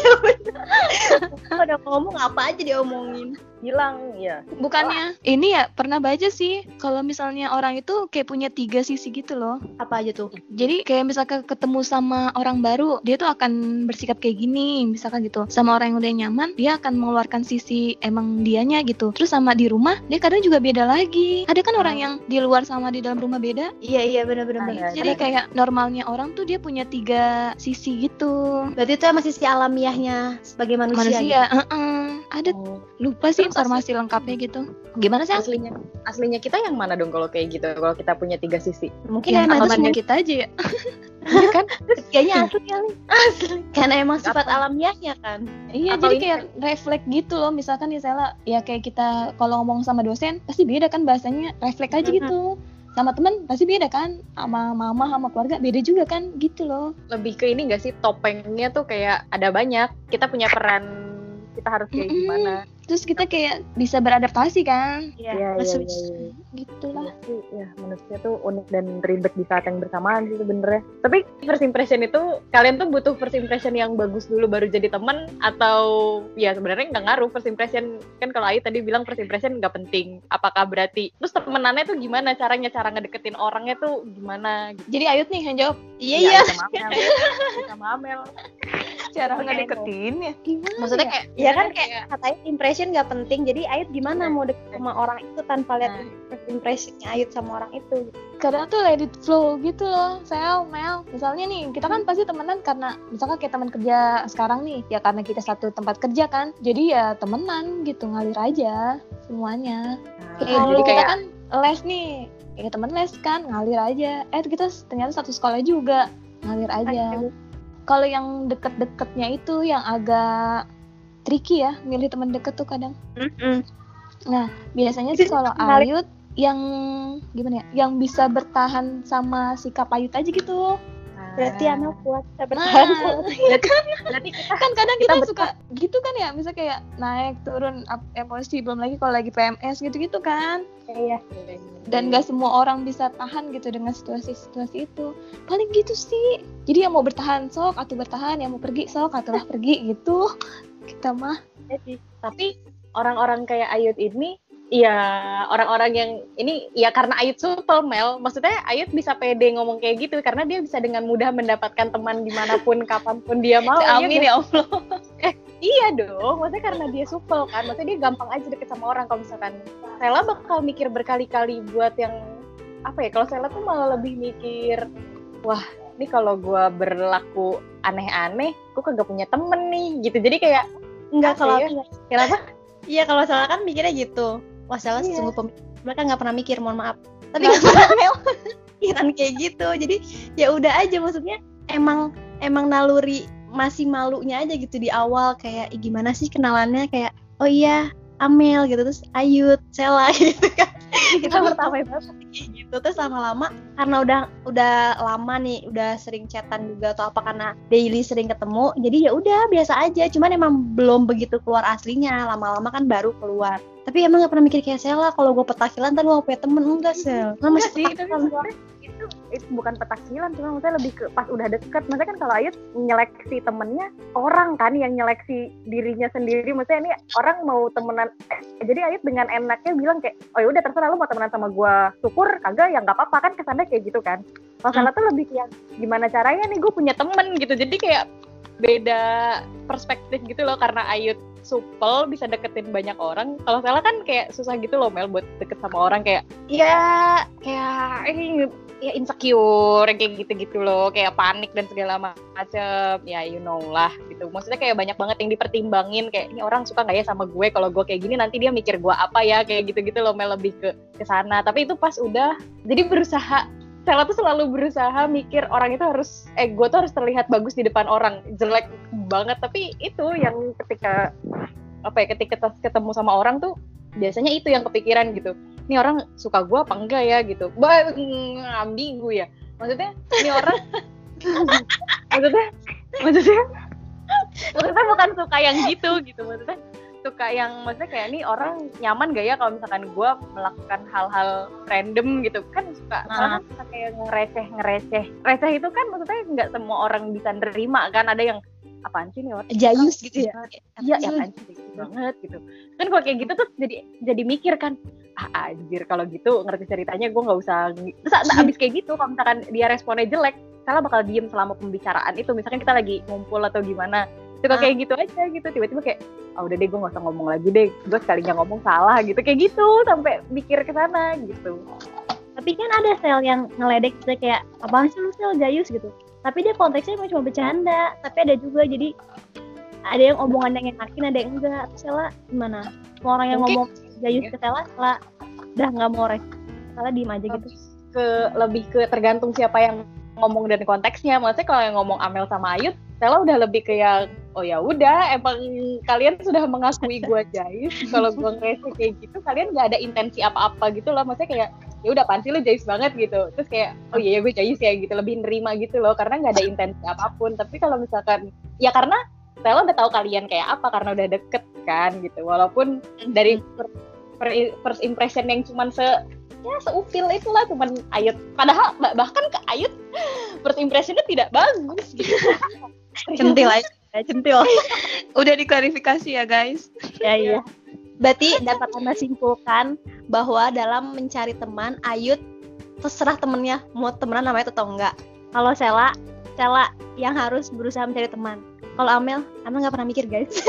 Udah ngomong apa aja diomongin. Hilang ya. Bukannya ini ya pernah baca sih kalau misalnya orang itu kayak punya tiga sisi gitu loh. Apa aja tuh? Jadi kayak misalkan ketemu sama orang baru, dia tuh akan bersikap kayak gini, misalkan gitu. Sama orang yang udah nyaman, dia akan mengeluarkan sisi emang dianya gitu. Terus sama di rumah, dia kadang juga beda lagi. Ada kan orang yang di luar sama di dalam rumah beda. Iya iya benar-benar. Ah, benar. iya. Jadi kayak normalnya orang tuh dia punya tiga sisi gitu. Berarti itu emang sisi alamiahnya sebagai manusia. Manusia, heeh. Ada Oh. lupa sih informasi lengkapnya gitu. Gimana sih? Aslinya, aslinya kita yang mana dong kalau kayak gitu? Kalau kita punya tiga sisi. Mungkin Ya, emang itu temannya semua kita aja ya. Iya kan? kayaknya asli kali. Asli. Karena emang sifat alamiahnya kan. Iya, Atau jadi ini kayak refleks gitu loh. Misalkan ya Sela, ya kayak kita kalau ngomong sama dosen pasti beda kan bahasanya, refleks aja gitu. Sama temen pasti beda kan, sama mama sama keluarga beda juga kan gitu loh. Lebih ke ini nggak sih, topengnya tuh kayak ada banyak. Kita punya peran, kita harus kayak Mm-mm. gimana? Terus kita kayak bisa beradaptasi kan, Iya, Iya, iya, switch. iya, iya. gitulah. Iya sih, ya manusia tuh unik dan ribet di saat yang bersamaan sih sebenarnya. Tapi first impression itu, kalian tuh butuh first impression yang bagus dulu baru jadi teman, atau ya sebenarnya nggak ngaruh first impression. Kan kalau Ayu tadi bilang first impression nggak penting. Apakah berarti terus temenannya tuh gimana caranya, cara ngedeketin orangnya tuh gimana? Gitu. Jadi Ayut nih yang jawab, Iya, iya. Sama Amel. Sama Amel. cara Oke. ngedeketin ya. Gimana Maksudnya ya? kayak Iya kan kayak katanya impression gak penting. Jadi Ayut gimana Iya. mau deket sama orang itu tanpa lihat Nah. first impressionnya Ayut sama orang itu. kadang tuh let it flow gitu loh, Sel, Mel. Misalnya nih, kita kan pasti temenan karena misalkan kayak teman kerja sekarang nih, ya karena kita satu tempat kerja kan, jadi ya temenan gitu, ngalir aja semuanya. Nah, Kayak Oh. dulu kita kayak kan les nih, kayak temen les kan, ngalir aja. Eh kita ternyata satu sekolah juga, ngalir aja. Aduh. Kalau yang deket-deketnya itu yang agak tricky ya, milih teman deket tuh kadang. Mm-mm. Nah, biasanya sih kalau Menarik. Ayut yang gimana ya, yang bisa bertahan sama sikap Ayut aja gitu. Berarti anak kuat, saya Nah, bertahan. berarti, berarti kita kan kadang Kita kita, suka gitu kan ya, misal kayak naik turun up- emosi, belum lagi kalau lagi P M S gitu-gitu kan. Iya. Dan gak semua orang bisa tahan gitu dengan situasi-situasi itu. Paling gitu sih. Jadi yang mau bertahan sok atau bertahan, yang mau pergi sok atau lah pergi gitu. Kita mah Jadi tapi orang-orang kayak Ayut ini, ya orang-orang yang ini ya karena Ayut supel, Mel. Maksudnya Ayut bisa pede ngomong kayak gitu karena dia bisa dengan mudah mendapatkan teman dimanapun kapanpun dia mau. amin Iya ya Allah. Iya dong, maksudnya karena dia supel kan, maksudnya dia gampang aja deket sama orang. Kalau misalkan Sela bakal mikir berkali-kali buat yang apa ya, kalau Sela tuh malah lebih mikir, wah ini kalau gue berlaku aneh-aneh, gue kagak punya temen nih gitu. Jadi kayak enggak Apa kalau ya? aku nggak. kenapa? Iya kalau salah kan mikirnya gitu. Wah salah Iya. sungguh pemikir. Mereka nggak pernah mikir, mohon maaf. Tapi nggak pernah pikiran kayak gitu. Jadi ya udah aja, maksudnya emang emang naluri masih malunya aja gitu di awal, kayak "Ih, gimana sih kenalannya, kayak oh iya Amel gitu, terus Ayut, Sela gitu kan. Kita pertama banget kayak gitu, terus lama-lama karena udah udah lama nih, udah sering chatan juga atau apa karena daily sering ketemu, jadi ya udah biasa aja. Cuman emang belum begitu keluar aslinya, lama-lama kan baru keluar. Tapi emang gak pernah mikir kayak Sela, kalau gue petakilan ntar gue gak punya temen, enggak Sel. Nah, Enggak masih sih, tapi petakilan gua. maksudnya itu, itu bukan petakilan, cuma maksudnya lebih ke pas udah deket. Maksudnya kan kalau Ayut nyeleksi temennya orang kan yang nyeleksi dirinya sendiri. Maksudnya ini orang mau temenan, eh, jadi Ayut dengan enaknya bilang kayak, oh ya udah terserah lu mau temenan sama gua, syukur kagak ya nggak apa-apa kan, kesannya kayak gitu kan. Masalah tuh lebih kayak gimana caranya nih gue punya temen gitu. Jadi kayak beda perspektif gitu loh, karena Ayut supel bisa deketin banyak orang. Kalau Sela kan kayak susah gitu loh Mel buat deket sama orang, kayak ya kayak ini ya insecure kayak gitu-gitu loh, kayak panik dan segala macam. Ya you know lah gitu. Maksudnya kayak banyak banget yang dipertimbangin, kayak ini orang suka nggak ya sama gue, kalau gue kayak gini nanti dia mikir gue apa ya, kayak gitu-gitu loh Mel, lebih ke ke sana. Tapi itu pas udah jadi berusaha, Sela tuh selalu berusaha mikir orang itu harus, eh gue tuh harus terlihat bagus di depan orang, jelek banget. Tapi itu yang ketika apa ya, ketika ketemu sama orang tuh biasanya itu yang kepikiran gitu. Ini orang suka gue apa enggak ya gitu. Bah, ambigu ya. Maksudnya ini orang maksudnya maksudnya maksudnya bukan suka yang gitu gitu. Maksudnya suka yang maksudnya kayak nih orang nyaman gak ya kalau misalkan gue melakukan hal-hal random gitu kan, suka Ah. kan suka kayak ngereceh ngereceh receh itu kan maksudnya nggak semua orang bisa nerima kan. Ada yang apaan sih nih orang Jayus gitu ya. iya ya apaan sih gitu banget gitu kan. Kalau kayak gitu tuh jadi jadi mikir kan, ah anjir kalau gitu ngerti ceritanya gue nggak usah. Terus nah, abis kayak gitu kalau misalkan dia responnya jelek, salah bakal diem selama pembicaraan itu. Misalkan kita lagi ngumpul atau gimana, suka Ah. kayak gitu aja gitu. Tiba-tiba kayak, ah udah deh gue nggak usah ngomong lagi deh, gue sekalinya ngomong salah gitu, kayak gitu sampai mikir ke sana gitu. Tapi kan ada Sel yang ngeledek gitu, kayak apaan sih lu Sel, Jayus gitu. Tapi dia konteksnya emang cuma bercanda. Tapi ada juga jadi ada yang omongan yang enakin, ada yang enggak. Terus Sela gimana? semua orang yang Mungkin, ngomong Jayus ke Sela, Sela udah nggak mau respon, Sela diem aja gitu. ke lebih ke tergantung siapa yang ngomong dan konteksnya. Maksudnya kalau yang ngomong Amel sama Ayut, Sela udah lebih ke yang oh ya udah, emang kalian sudah mengakui gue Jayus. Kalau gue ngerasa kayak gitu, kalian nggak ada intensi apa-apa gitu loh. Maksudnya kayak ya udah apaan sih lo Jayus banget gitu. Terus kayak oh iya ya gue Jayus ya gitu, lebih nerima gitu loh, karena nggak ada intensi apapun. Tapi kalau misalkan ya karena Sela udah tahu kalian kayak apa karena udah deket kan gitu. Walaupun dari per, per, first impression yang cuman se ya seupil itulah cuman Ayut, padahal bahkan ke Ayut first impressionnya tidak bagus gitu. Centil aja, centil. Udah diklarifikasi ya guys. Ya iya. Berarti dapat Anda simpulkan bahwa dalam mencari teman, Ayut terserah temennya mau temenan namanya atau enggak. Kalau Sela, Sela yang harus berusaha mencari teman. Kalau Amel, Amel nggak pernah mikir guys.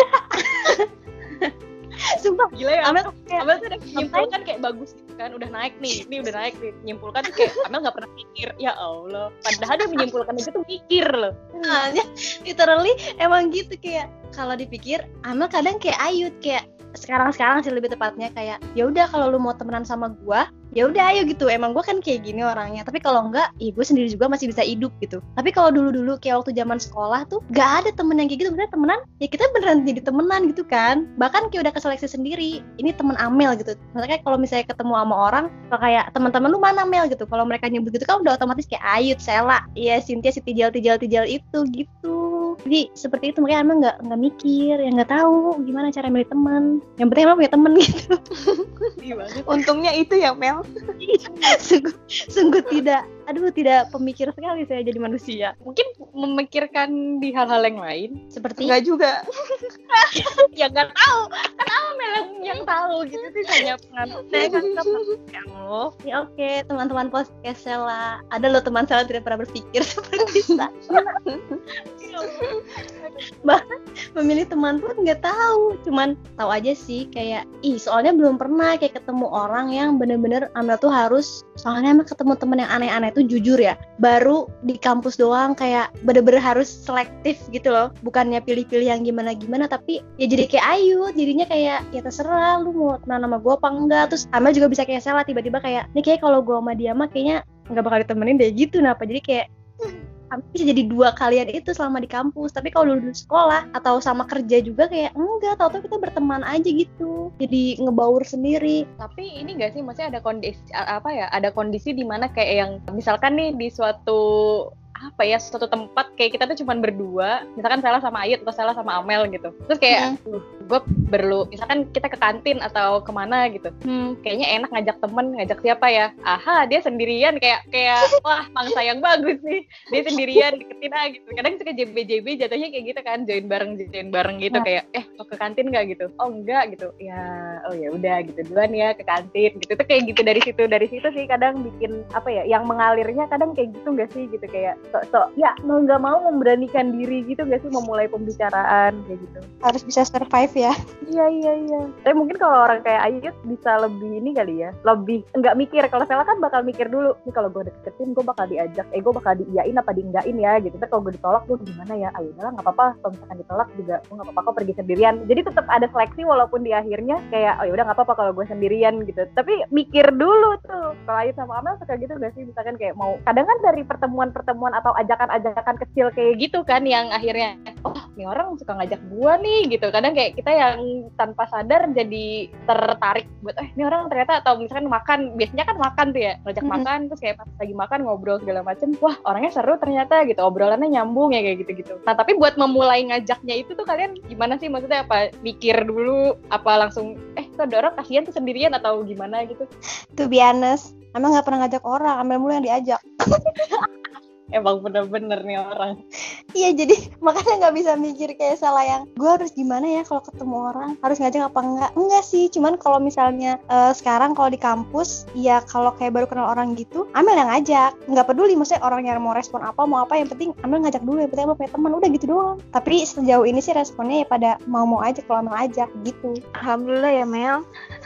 Sumpah Gila ya, Amel kayak, Amel tuh udah menyimpulkan kayak bagus gitu kan, udah naik nih, ini udah naik nih, menyimpulkan tuh kayak Amel nggak pernah mikir, ya Allah, padahal dia menyimpulkan itu tuh mikir loh. Nah, literally emang gitu, kayak kalau dipikir Amel kadang kayak Ayut, kayak sekarang-sekarang sih lebih tepatnya kayak ya udah kalau lu mau temenan sama gua ya udah ayo gitu, emang gua kan kayak gini orangnya, tapi kalau enggak ya gue sendiri juga masih bisa hidup gitu. Tapi kalau dulu-dulu kayak waktu zaman sekolah tuh gak ada temen yang kayak gitu, bener temenan ya kita beneran jadi temenan gitu kan, bahkan kayak udah keseleksi sendiri ini temen Amel gitu. Maksudnya kalau misalnya ketemu sama orang kayak teman-teman lu mana Mel gitu, kalau mereka nyebut gitu kan udah otomatis kayak Ayut, Sela, iya Cynthia, si tijal-tijal-tijal itu gitu. Jadi seperti itu, makanya Amel nggak nggak mikir, ya nggak tahu gimana cara milih teman. Yang penting Amel punya teman gitu. Untungnya itu ya Mel. sungguh, sungguh tidak, aduh tidak pemikir sekali saya jadi manusia. Mungkin memikirkan di hal-hal yang lain. Seperti Enggak juga. Ya nggak tahu, kan Amel yang, yang tahu gitu sih, hanya penganut saya kan yang lo. ya oke okay, teman-teman podcast Sela, ada loh teman Sela tidak pernah berpikir seperti saya. Bahkan memilih teman pun nggak tahu, cuman tahu aja sih kayak ih soalnya belum pernah kayak ketemu orang yang bener-bener Amel tuh harus, soalnya Amel ketemu temen yang aneh-aneh tuh jujur ya baru di kampus doang, kayak bener-bener harus selektif gitu loh, bukannya pilih-pilih yang gimana-gimana, tapi ya jadi kayak Ayu, jadinya kayak ya terserah lu mau temenan sama gue apa enggak. Terus Amel juga bisa kayak Sela tiba-tiba kayak nih kayak kalau gue sama dia mah kayaknya nggak bakal ditemenin deh gitu, kenapa jadi kayak bisa jadi dua kalian itu selama di kampus. Tapi kalau dulu di sekolah atau sama kerja juga kayak enggak, tau-tau kita berteman aja gitu, jadi ngebaur sendiri. Tapi ini nggak sih, maksudnya ada kondisi apa ya, ada kondisi di mana kayak yang misalkan nih di suatu apa ya, suatu tempat kayak kita tuh cuman berdua, misalkan Sela sama Ayut atau Sela sama Amel gitu, terus kayak hmm. gue perlu, misalkan kita ke kantin atau kemana gitu, hmm, kayaknya enak ngajak temen, ngajak siapa ya, aha dia sendirian, kayak kayak wah mangsa yang bagus nih, dia sendirian deketin aja gitu. Kadang suka J B J B jatuhnya kayak gitu kan, join bareng join bareng gitu, nah. Kayak eh mau ke kantin nggak gitu, oh enggak gitu, ya oh ya udah gitu duluan ya ke kantin gitu. Tuh kayak gitu, dari situ dari situ sih kadang bikin apa ya, yang mengalirnya kadang kayak gitu nggak sih gitu, kayak sok-sok ya mau nggak mau memberanikan diri gitu nggak sih, memulai pembicaraan kayak gitu. Harus bisa survive ya. Iya iya iya. Tapi mungkin kalau orang kayak Ayut bisa lebih ini kali ya, lebih nggak mikir. Kalau Sela kan bakal mikir dulu, nih kalau gue deketin gue bakal diajak, eh gue bakal diiyain apa dienggain ya gitu. Tapi kalau gue ditolak gue gimana ya? Ayo lah nggak apa-apa. Kalau misalkan ditolak juga gue nggak apa-apa kok pergi sendirian. Jadi tetap ada seleksi walaupun di akhirnya kayak oh ya udah nggak apa-apa kalau gue sendirian gitu. Tapi mikir dulu tuh. Kalau Ayut sama Amel suka gitu nggak sih? Misalkan kayak mau, kadang kan dari pertemuan-pertemuan atau ajakan-ajakan kecil kayak gitu kan, yang akhirnya oh nih orang suka ngajak gue nih gitu. Kadang kayak kita yang tanpa sadar jadi tertarik buat eh ini orang ternyata, atau misalkan makan, biasanya kan makan tuh ya, ngajak mm-hmm. makan, terus kayak pas lagi makan ngobrol segala macem, wah orangnya seru ternyata gitu, obrolannya nyambung ya kayak gitu-gitu. Nah tapi buat memulai ngajaknya itu tuh kalian gimana sih, maksudnya apa mikir dulu apa langsung eh tuh ada orang kasihan tuh sendirian atau gimana gitu? To be honest, Amel nggak pernah ngajak orang, Amel mulu yang diajak. Emang bener-bener nih orang. Iya jadi makanya nggak bisa mikir kayak Sela yang gue harus gimana ya kalau ketemu orang, harus ngajak apa enggak. Enggak sih, cuman kalau misalnya uh, sekarang kalau di kampus ya kalau kayak baru kenal orang gitu Amel yang ngajak, nggak peduli maksudnya orangnya mau respon apa mau apa, yang penting Amel ngajak dulu, yang penting Amel punya teman, udah gitu doang. Tapi sejauh ini sih responnya ya pada mau-mau aja kalau Amel ajak gitu. Alhamdulillah ya Mel.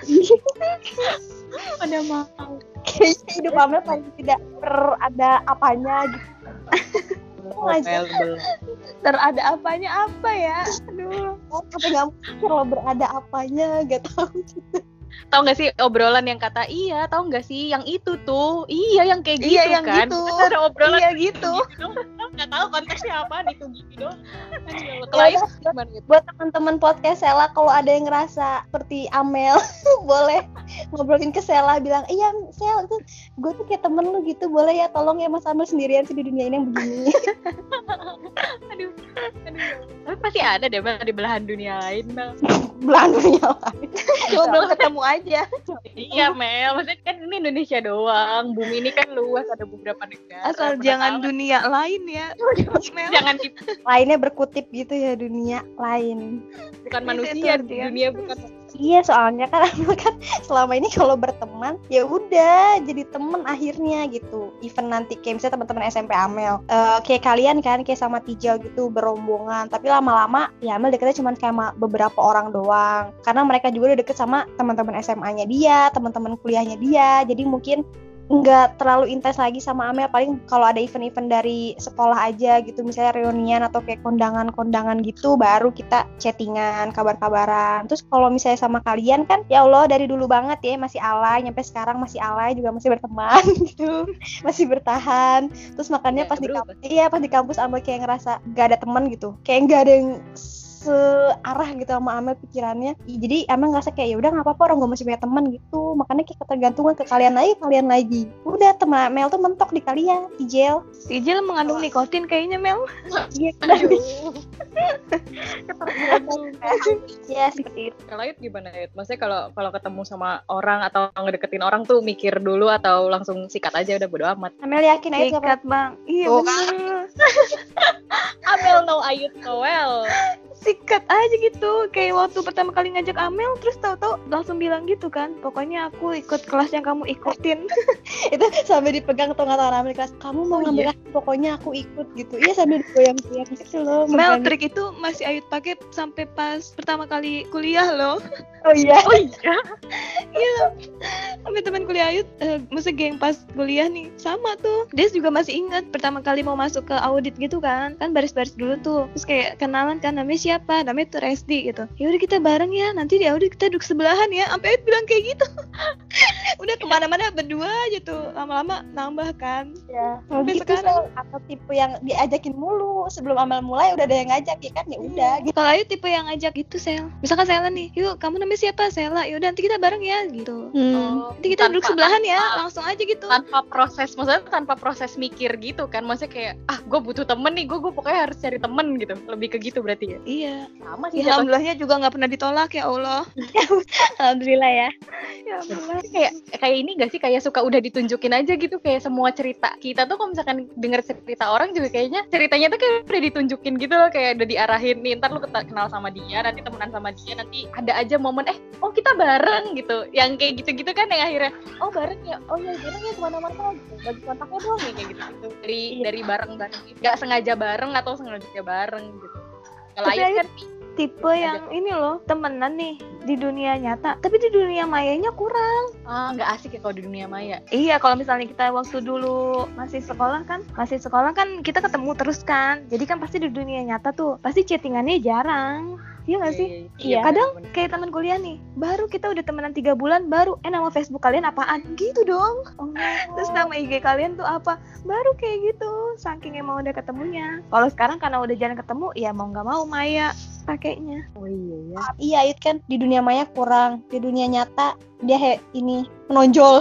Pada mau. Kayaknya hidup Amel paling tidak ada apanya gitu. Ter ada apanya apa ya? Aduh. kan sampai nggak mikir lo berada apanya, nggak tahu gitu. Tahu nggak sih obrolan yang kata iya, tahu nggak sih yang itu tuh, iya yang kayak gitu Iya, yang kan. gitu. Terus ada obrolan Iya gitu. nggak tahu konteksnya apa, itu gitu doang. Ya Lain udah, gimana gitu. buat teman-teman podcast Sela, kalau ada yang ngerasa seperti Amel boleh ngobrolin ke Sela, bilang iya Sel, itu gue tuh kayak temen lu gitu, boleh ya, tolong ya Mas Amel sendirian sih di dunia ini yang begini. Aduh, aduh. Tapi pasti ada deh Mel di belahan dunia lain Mel. Belahan dunia lain. Cuma belum ketemu aja. Iya Mel, maksudnya kan ini Indonesia doang, bumi ini kan luas, ada beberapa negara. Asal Mana jangan tahu. dunia lain ya. Mel. Jangan di, Lainnya berkutip gitu ya, dunia lain. bukan Itu, manusia, itu, dia. dunia bukan. Iya, soalnya kan Amel kan selama ini kalau berteman ya udah jadi temen akhirnya gitu. Even nanti kayak misalnya teman-teman S M P Amel, eh, kayak kalian kan kayak sama Tijal gitu berombongan, tapi lama-lama ya Amel deketnya cuma sama beberapa orang doang. Karena mereka juga udah deket sama teman-teman S M A-nya dia, teman-teman kuliahnya dia. Jadi mungkin nggak terlalu intens lagi sama Amel, paling kalau ada event-event dari sekolah aja gitu, misalnya reunian atau kayak kondangan-kondangan gitu, baru kita chattingan, kabar-kabaran. Terus kalau misalnya sama kalian kan, ya Allah dari dulu banget ya, masih alay, nyampe sekarang masih alay, juga masih berteman gitu, masih bertahan. Terus makanya Ya, pas di berubah. kampus, iya pas di kampus Amel kayak ngerasa nggak ada teman gitu, kayak nggak ada yang searah gitu sama Amel pikirannya. Jadi Amel ngerasa kayak ya udah nggak apa-apa, orang gue masih punya teman gitu. Makanya kayak ketergantungan ke kalian lagi, kalian lagi. Udah, teman Amel tuh mentok di kalian, di gel. Tijel mengandung nikotin kayaknya Mel. Iya, Aduh. ya seperti itu. Kalau Ayut gimana Ayut? Maksudnya kalau kalau ketemu sama orang atau ngedeketin orang tuh mikir dulu atau langsung sikat aja udah bodo amat? Amel yakin aja siapa? Sikat bang. Iya Tuh, bener. Amel no Ayut Noel. Sikat aja gitu. Kayak waktu pertama kali ngajak Amel, terus tahu-tahu langsung bilang gitu kan. Pokoknya aku ikut kelas yang kamu ikutin. Itu sampai dipegang tuh tangan Amel di kelas. Kamu mau Oh, ngambil iya? kelas, pokoknya aku ikut gitu. Iya, sambil digoyang-goyang gitu loh. Mel, megangin. trik itu masih Ayut pakai sampai pas pertama kali kuliah loh. Oh iya. Oh iya. Iya. Sampai teman kuliah Ayut, eh, maksudnya geng pas kuliah nih, sama tuh. Dia juga masih ingat pertama kali mau masuk ke audit gitu kan. Kan baris-baris dulu tuh. Terus kayak kenalan kan, namanya siapa? Namanya tuh Resdi gitu. Ya udah kita bareng ya, nanti di audit kita duduk sebelahan ya. Sampai Ayut bilang kayak gitu. Udah kemana-mana berdua aja tuh. Lama-lama nambah kan. Ya. Sampai Gitu, sekarang. Sel. Atau tipe yang diajakin mulu sebelum Amel mulai udah ada yang ngajak ya kan, ya udah gitu. Kalau Ayu tipe yang ngajak gitu Sel. Misalkan Sela nih, yuk kamu namanya siapa? Sela. Yaudah nanti kita bareng ya gitu. Oh, Nanti kita duduk tanpa- sebelahan ya, tanpa- langsung aja gitu. tanpa proses, maksudnya tanpa proses mikir gitu kan, maksudnya kayak ah gue butuh temen nih, gue gue pokoknya harus cari temen gitu, lebih ke gitu berarti ya. Iya. Sama sih Ya, jatuhnya. alhamdulillahnya juga nggak pernah ditolak ya Allah. Alhamdulillah ya. Ya alhamdulillah. kayak kayak ini gak sih, kayak suka udah ditunjukin aja gitu, kayak semua cerita kita tuh kalau misalkan denger cerita orang juga kayaknya ceritanya tuh kayak udah ditunjukin gitu loh, kayak udah diarahin nih, ntar lu keta- kenal sama dia, nanti temenan sama dia, nanti ada aja momen eh oh kita bareng gitu, yang kayak gitu-gitu kan, yang akhirnya oh bareng ya, oh ya bareng ya kemana-mana gitu, bagi kontaknya doang ya, kayak gitu-gitu dari Iya. dari bareng-bareng gitu. Nggak sengaja bareng atau sengaja bareng gitu. Kalau Tapi Ayut Ayut kan tipe yang ini loh, temenan nih di dunia nyata, tapi di dunia mayanya kurang. ah nggak asik ya kalau di dunia maya. Iya, kalau misalnya kita waktu dulu masih sekolah kan, masih sekolah kan kita ketemu terus kan. Jadi kan pasti di dunia nyata tuh pasti chattingannya jarang. Iya nggak sih? Iya. Kadang kayak teman kuliah nih, baru kita udah temenan tiga bulan, baru eh nama Facebook kalian apaan? Gitu dong. Oh. Terus nama I G kalian tuh apa? Baru kayak gitu, saking emang udah ketemunya. Kalau sekarang karena udah jarang ketemu, ya mau nggak mau Maya pakainya. Oh iya ya. Iya, Ayut kan di dunia maya kurang, di dunia nyata dia he, ini menonjol.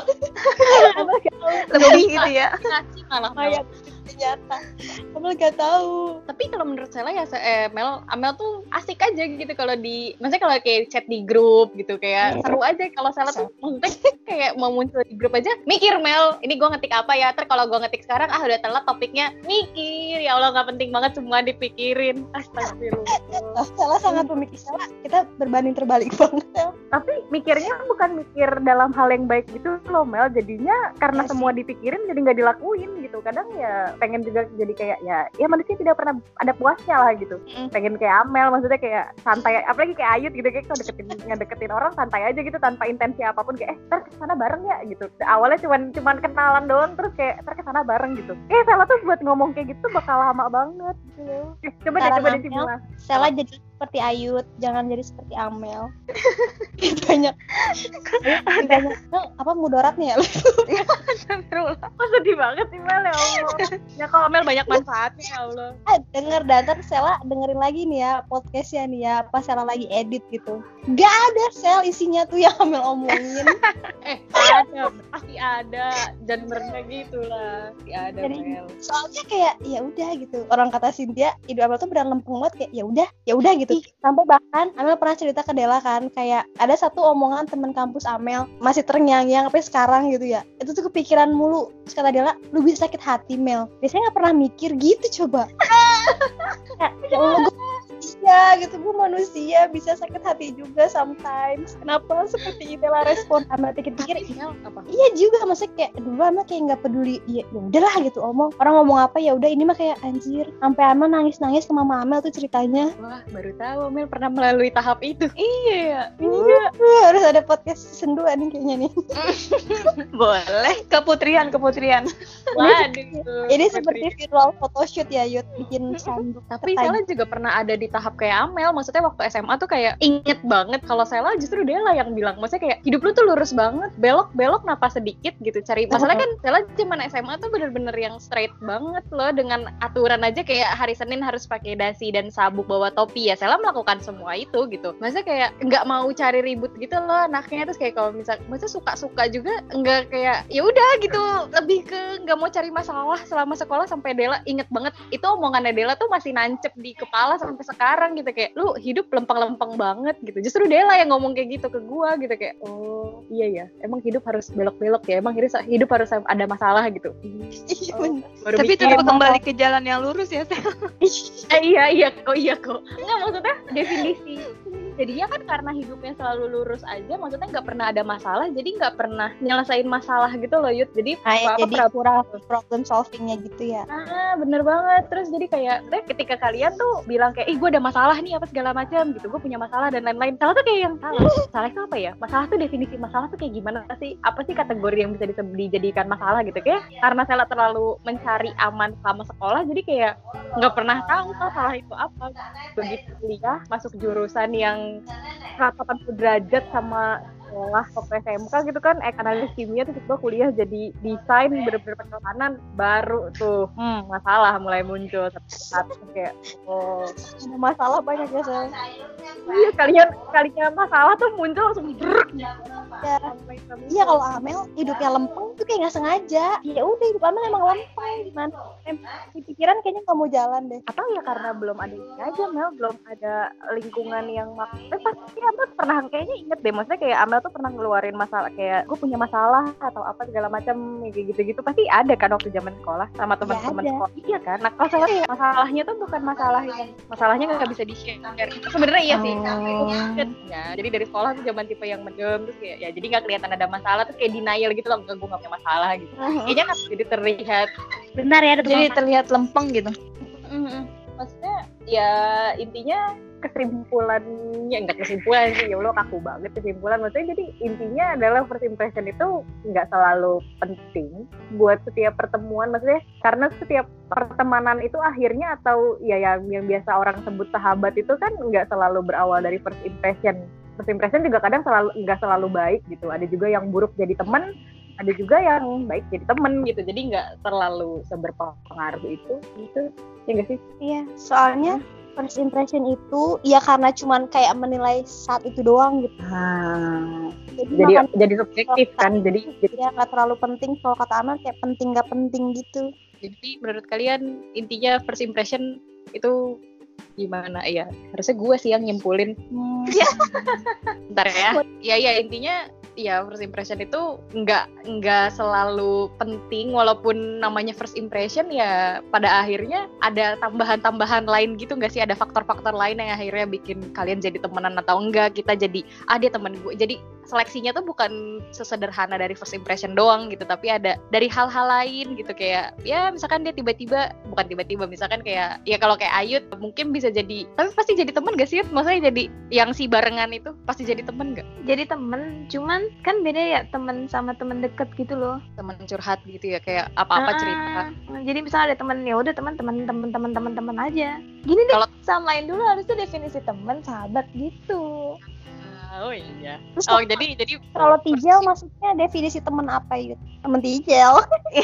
Lebih gitu ya. Ngasih malah Maya Mel. di nyata. Kamu gak tahu. Tapi kalau menurut saya ya se- eh, Mel Amel tuh asik aja gitu kalau di, maksudnya kalau kayak chat di grup gitu, kayak seru aja. Kalau Sela tuh maksudnya kayak mau muncul di grup aja mikir, Mel ini gue ngetik apa ya, ter kalau gue ngetik sekarang ah udah telat topiknya, mikir ya Allah nggak penting banget semua dipikirin. Astagfirullah. Salah sangat pemikir. Salah, kita berbanding terbalik banget. Tapi mikirnya bukan mikir dalam hal yang baik gitu loh Mel, jadinya karena Ya sih. semua dipikirin jadi nggak dilakuin gitu. gitu. Kadang ya pengen juga jadi kayak ya ya manusia tidak pernah ada puasnya lah gitu. Mm. Pengen kayak Amel, maksudnya kayak santai, apalagi kayak Ayut gitu, kayak kalau deketin ngedeketin orang santai aja gitu tanpa intensi apapun, kayak eh ntar kesana bareng ya gitu. Awalnya cuman cuman kenalan doang, terus kayak ntar kesana bareng gitu. Eh Sela tuh buat ngomong kayak gitu bakal lama banget gitu loh. Eh, coba deh coba deh Sela jadi seperti Ayut, jangan jadi seperti Amel. banyak banyak apa mudaratnya ya. Mas sedih banget sih Mel, ya Allah. Ya kalau Mel banyak manfaatnya ya Allah. Eh, denger dan Sela dengerin lagi nih ya podcastnya nih ya, pas Sela lagi edit gitu. Gak ada Sel isinya tuh yang Amel omongin. eh ada, pasti ada, jangan merendah gitu lah. Pasti ada jadi, Mel. Soalnya kayak ya udah gitu. Orang kata Cynthia, hidup Amel tuh benar lempeng banget, kayak ya udah, ya udah gitu. Sampai bahkan Amel pernah cerita ke Dela kan, kayak ada satu omongan teman kampus Amel masih terngiang-ngiang sampai sekarang gitu ya. Itu tuh kepikiran mulu. Terus kata Dela, lu bisa sakit hati Mel. Biasanya nggak pernah mikir gitu coba. ya, ya Allah, gue manusia gitu, gue manusia bisa sakit hati juga sometimes. Kenapa seperti Dela respon? Amel pikir-pikir, apa? Iya juga, maksudnya kayak dulu Amel kayak nggak peduli. Ya udahlah gitu, omong orang ngomong apa ya udah. Ini mah kayak anjir. Sampai Amel nangis-nangis ke mama Amel tuh ceritanya. Wah, baru tahu Amel pernah melalui tahap itu. Iya ya. Iya. Uh, harus ada podcast season dua nih kayaknya nih. Boleh. Keputrian, keputrian. Waduh. Ini seperti virtual photoshoot ya, Yud, bikin sanduk. Tapi Sela juga pernah ada di tahap kayak Amel. Maksudnya waktu S M A tuh kayak inget banget kalau Sela justru dia lah yang bilang. Maksudnya kayak hidup lu tuh lurus banget, belok-belok napas sedikit gitu. Cari masalahnya kan Sela zaman S M A tuh bener-bener yang straight banget loh, dengan aturan aja kayak hari Senin harus pakai dasi dan sabuk, bawa topi ya. Sela melakukan semua itu gitu. Maksudnya kayak nggak mau cari ribut gitu loh anaknya. Terus kayak kalau misal maksudnya suka-suka juga nggak kayak ya udah gitu, lebih ke nggak mau cari masalah selama sekolah. Sampai Dela inget banget itu omongannya Dela tuh masih nancep di kepala sampai sekarang gitu, kayak lu hidup lempeng-lempeng banget gitu. Justru Dela yang ngomong kayak gitu ke gua gitu, kayak oh iya ya emang hidup harus belok-belok ya, emang hidup hidup harus ada masalah gitu. Oh, tapi tetap kembali ke jalan yang lurus ya Sel. eh, iya iya kok iya kok nggak, maksudnya definisi jadinya kan karena hidupnya selalu lurus aja, maksudnya nggak pernah ada masalah, jadi nggak pernah nyelesain masalah gitu loh Yud. Jadi ah, apa jadi pura problem solvingnya gitu ya. Ah bener banget. Terus jadi kayak deh ketika kalian tuh bilang kayak ih gue ada masalah nih apa segala macam gitu, gue punya masalah dan lain-lain, salah tuh kayak yang salah. Salah itu apa ya? Masalah tuh definisi masalah tuh kayak gimana sih? Apa sih kategori yang bisa dijadikan masalah gitu? Kayak karena Sela terlalu mencari aman selama sekolah, jadi kayak nggak pernah tahu masalah itu apa. Begitu kuliah masuk jurusan yang seratus delapan puluh derajat sama sekolah waktu S M K gitu kan, ek analis kimia, terus gue kuliah jadi desain bener-bener perjalanan baru tuh hmm, masalah mulai muncul satu kayak oh masalah banyak ya Sel. Iya kalian kalinya masalah tuh muncul langsung brrrr. Ya. Iya kalau Amel hidupnya lempeng tuh kayak nggak sengaja. Ya udah hidup Amel emang lempeng, gimana? Di pikiran kayaknya nggak mau jalan deh. Atau ya karena belum ada ini aja Mel, belum ada lingkungan yang maksudnya pasti Amel pernah kayaknya inget deh, maksudnya kayak Amel tuh pernah ngeluarin masalah kayak gue punya masalah atau apa segala macam kayak gitu-gitu, pasti ada kan waktu zaman sekolah sama teman-teman ya, sekolah. Iya kan. Nah kalau salah kayak masalahnya tuh bukan masalah yang masalahnya nggak bisa di-share. Sebenarnya iya sih. Oh. Ya, jadi dari sekolah tuh zaman tipe yang mendem terus kayak ya jadi nggak kelihatan ada masalah, terus kayak denial gitu loh, enggak gue nggak punya masalah gitu. Kayaknya kan jadi terlihat benar ya, jadi terlihat lempeng gitu. Mm-hmm. Maksudnya ya intinya kesimpulannya enggak kesimpulan sih, ya Allah kaku banget kesimpulan. Maksudnya jadi intinya adalah first impression itu nggak selalu penting buat setiap pertemuan, maksudnya karena setiap pertemanan itu akhirnya atau ya yang yang biasa orang sebut sahabat itu kan nggak selalu berawal dari first impression. First impression juga kadang selalu nggak selalu baik gitu. Ada juga yang buruk jadi teman, ada juga yang baik jadi teman gitu. Jadi nggak terlalu seberpengaruh itu gitu. Ya nggak sih? Iya, soalnya first impression itu ya karena cuman kayak menilai saat itu doang gitu. Hmm. Jadi jadi, makan, jadi subjektif kan. Jadi jadi ya nggak terlalu penting. Kalau kata Amel kayak penting nggak penting gitu. Jadi menurut kalian intinya first impression itu gimana ya? Harusnya gue sih yang nyimpulin. Hmm. Bentar ya. Ya ya intinya ya first impression itu nggak nggak selalu penting, walaupun namanya first impression ya pada akhirnya ada tambahan-tambahan lain gitu nggak sih, ada faktor-faktor lain yang akhirnya bikin kalian jadi temenan atau enggak. Kita jadi ah dia temen gue, jadi seleksinya tuh bukan sesederhana dari first impression doang gitu, tapi ada dari hal-hal lain gitu, kayak ya misalkan dia tiba-tiba, bukan tiba-tiba, misalkan kayak ya kalau kayak Ayut mungkin bisa jadi, tapi pasti jadi temen gak sih? Maksudnya jadi yang si barengan itu pasti jadi temen gak? Jadi temen, cuman kan beda ya temen sama temen deket gitu loh. Temen curhat gitu ya, kayak apa-apa Uh-uh. cerita. Jadi misalnya ada temen, ya udah teman teman teman teman teman teman aja. Gini deh, Kalau- samain dulu harusnya definisi teman sahabat gitu. Oh iya. Terus Oh jadi jadi kalau Tijel maksudnya definisi temen apa Yud? Temen Tijel.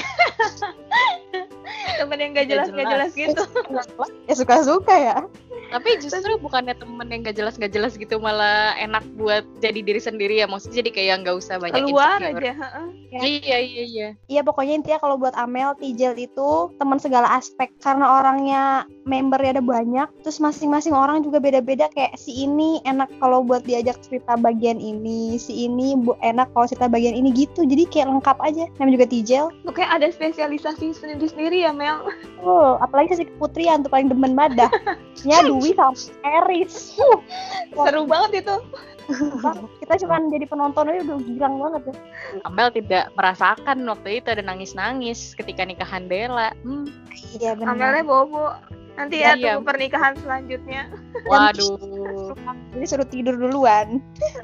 Temen yang gak jelas gak jelas gitu. Ya suka-suka ya. Tapi justru bukannya temen yang gak jelas gak jelas gitu malah enak buat jadi diri sendiri ya, maksudnya jadi kayak nggak usah banyak Keluar insecure. aja. heeh. Iya iya iya. Iya pokoknya intinya kalau buat Amel, Tijel itu teman segala aspek karena orangnya membernya ada banyak, terus masing-masing orang juga beda-beda, kayak si ini enak kalau buat diajak cerita bagian ini, si ini bu- enak kalau cerita bagian ini gitu, jadi kayak lengkap aja. Namanya juga Tijel. Pokoknya ada spesialisasi sendiri-sendiri ya Mel. Oh, apalagi si Putri yang tuh paling demen badah. Ya Dwi sama Eris. Uh, Seru banget itu. kita cuma jadi penonton aja udah girang banget ya. Amel tidak merasakan waktu itu ada nangis-nangis ketika nikahan Dela. Hmm. Iya Amelnya bobo. Nanti ya Iya. tunggu pernikahan selanjutnya. Waduh. Jadi suruh tidur duluan.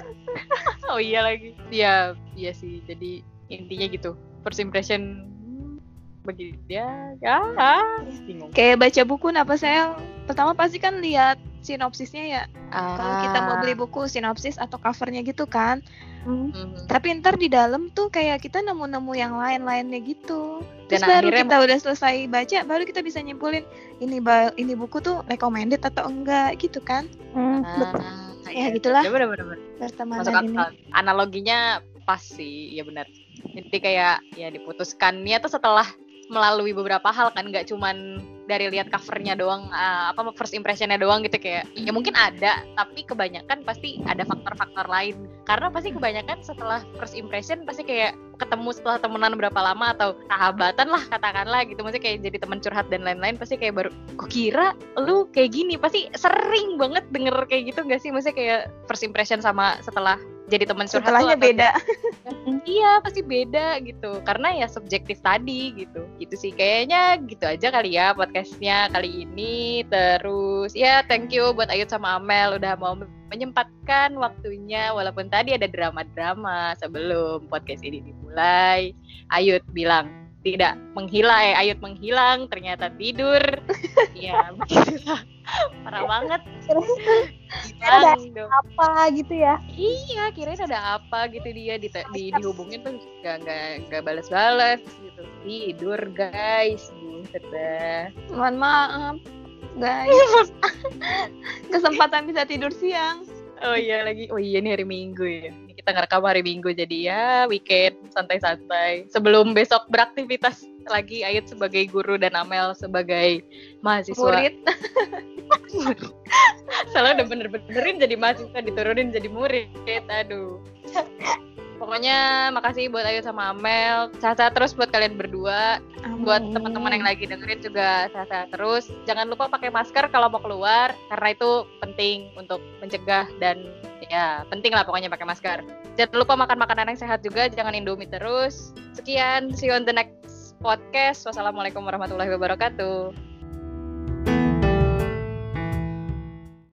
Oh iya lagi. Iya, iya sih. Jadi intinya gitu. First impression hmm, begitu ya. Ya, ah, bingung. Kayak baca buku apa saya pertama pasti kan lihat sinopsisnya ya. Kalau kita mau beli buku sinopsis atau covernya gitu kan. Hmm. Hmm. Tapi ntar di dalam tuh kayak kita nemu-nemu yang lain-lainnya gitu. Terus Dan baru akhirnya- kita udah selesai baca, baru kita bisa nyimpulin ini ba- ini buku tuh recommended atau enggak gitu kan. Hmm, betul. Ah, Ya, gitulah. Bener bener bener. Pertemanan Masuk ini. akal. Analoginya pas sih, ya benar. Jadi kayak ya diputuskannya tuh setelah melalui beberapa hal kan, nggak cuman dari lihat covernya doang, uh, apa first impressionnya doang gitu, kayak ya mungkin ada, tapi kebanyakan pasti ada faktor-faktor lain. Karena pasti kebanyakan setelah first impression pasti kayak ketemu setelah temenan berapa lama atau sahabatan lah katakanlah gitu, maksudnya kayak jadi teman curhat dan lain-lain, pasti kayak baru kok kira lu kayak gini, pasti sering banget denger kayak gitu nggak sih, maksudnya kayak first impression sama setelah jadi teman curhat Setelahnya tuh atau- beda. Iya pasti beda gitu, karena ya subjektif tadi gitu. Gitu sih kayaknya, gitu aja kali ya podcastnya kali ini. Terus ya thank you buat Ayut sama Amel udah mau menyempatkan waktunya, walaupun tadi ada drama-drama sebelum podcast ini dimulai. Ayut bilang tidak menghilang, eh, Ayut menghilang ternyata tidur. Ya begitulah, parah banget. Ada Hilang dong. apa gitu ya? Iya, kirain ada apa gitu, dia di, di dihubungin tuh gak nggak nggak balas-balas gitu. Tidur guys, buset dah. Mohon maaf, guys. Kesempatan bisa tidur siang. Oh iya lagi, oh iya ini hari Minggu ya. Ini kita ngerekam hari Minggu jadi ya weekend santai-santai. Sebelum besok beraktivitas lagi, Ayut sebagai guru dan Amel sebagai mahasiswa. Murid. Soalnya udah bener-benerin jadi mahasiswa, diturunin jadi murid. Aduh. Pokoknya makasih buat Ayu sama Amel. Sehat-sehat terus buat kalian berdua. Buat teman-teman yang lagi dengerin juga sehat-sehat terus. Jangan lupa pakai masker kalau mau keluar, karena itu penting untuk mencegah dan ya penting lah pokoknya pakai masker. Jangan lupa makan makanan yang sehat juga, jangan Indomie terus. Sekian, see you on the next podcast. Wassalamualaikum warahmatullahi wabarakatuh.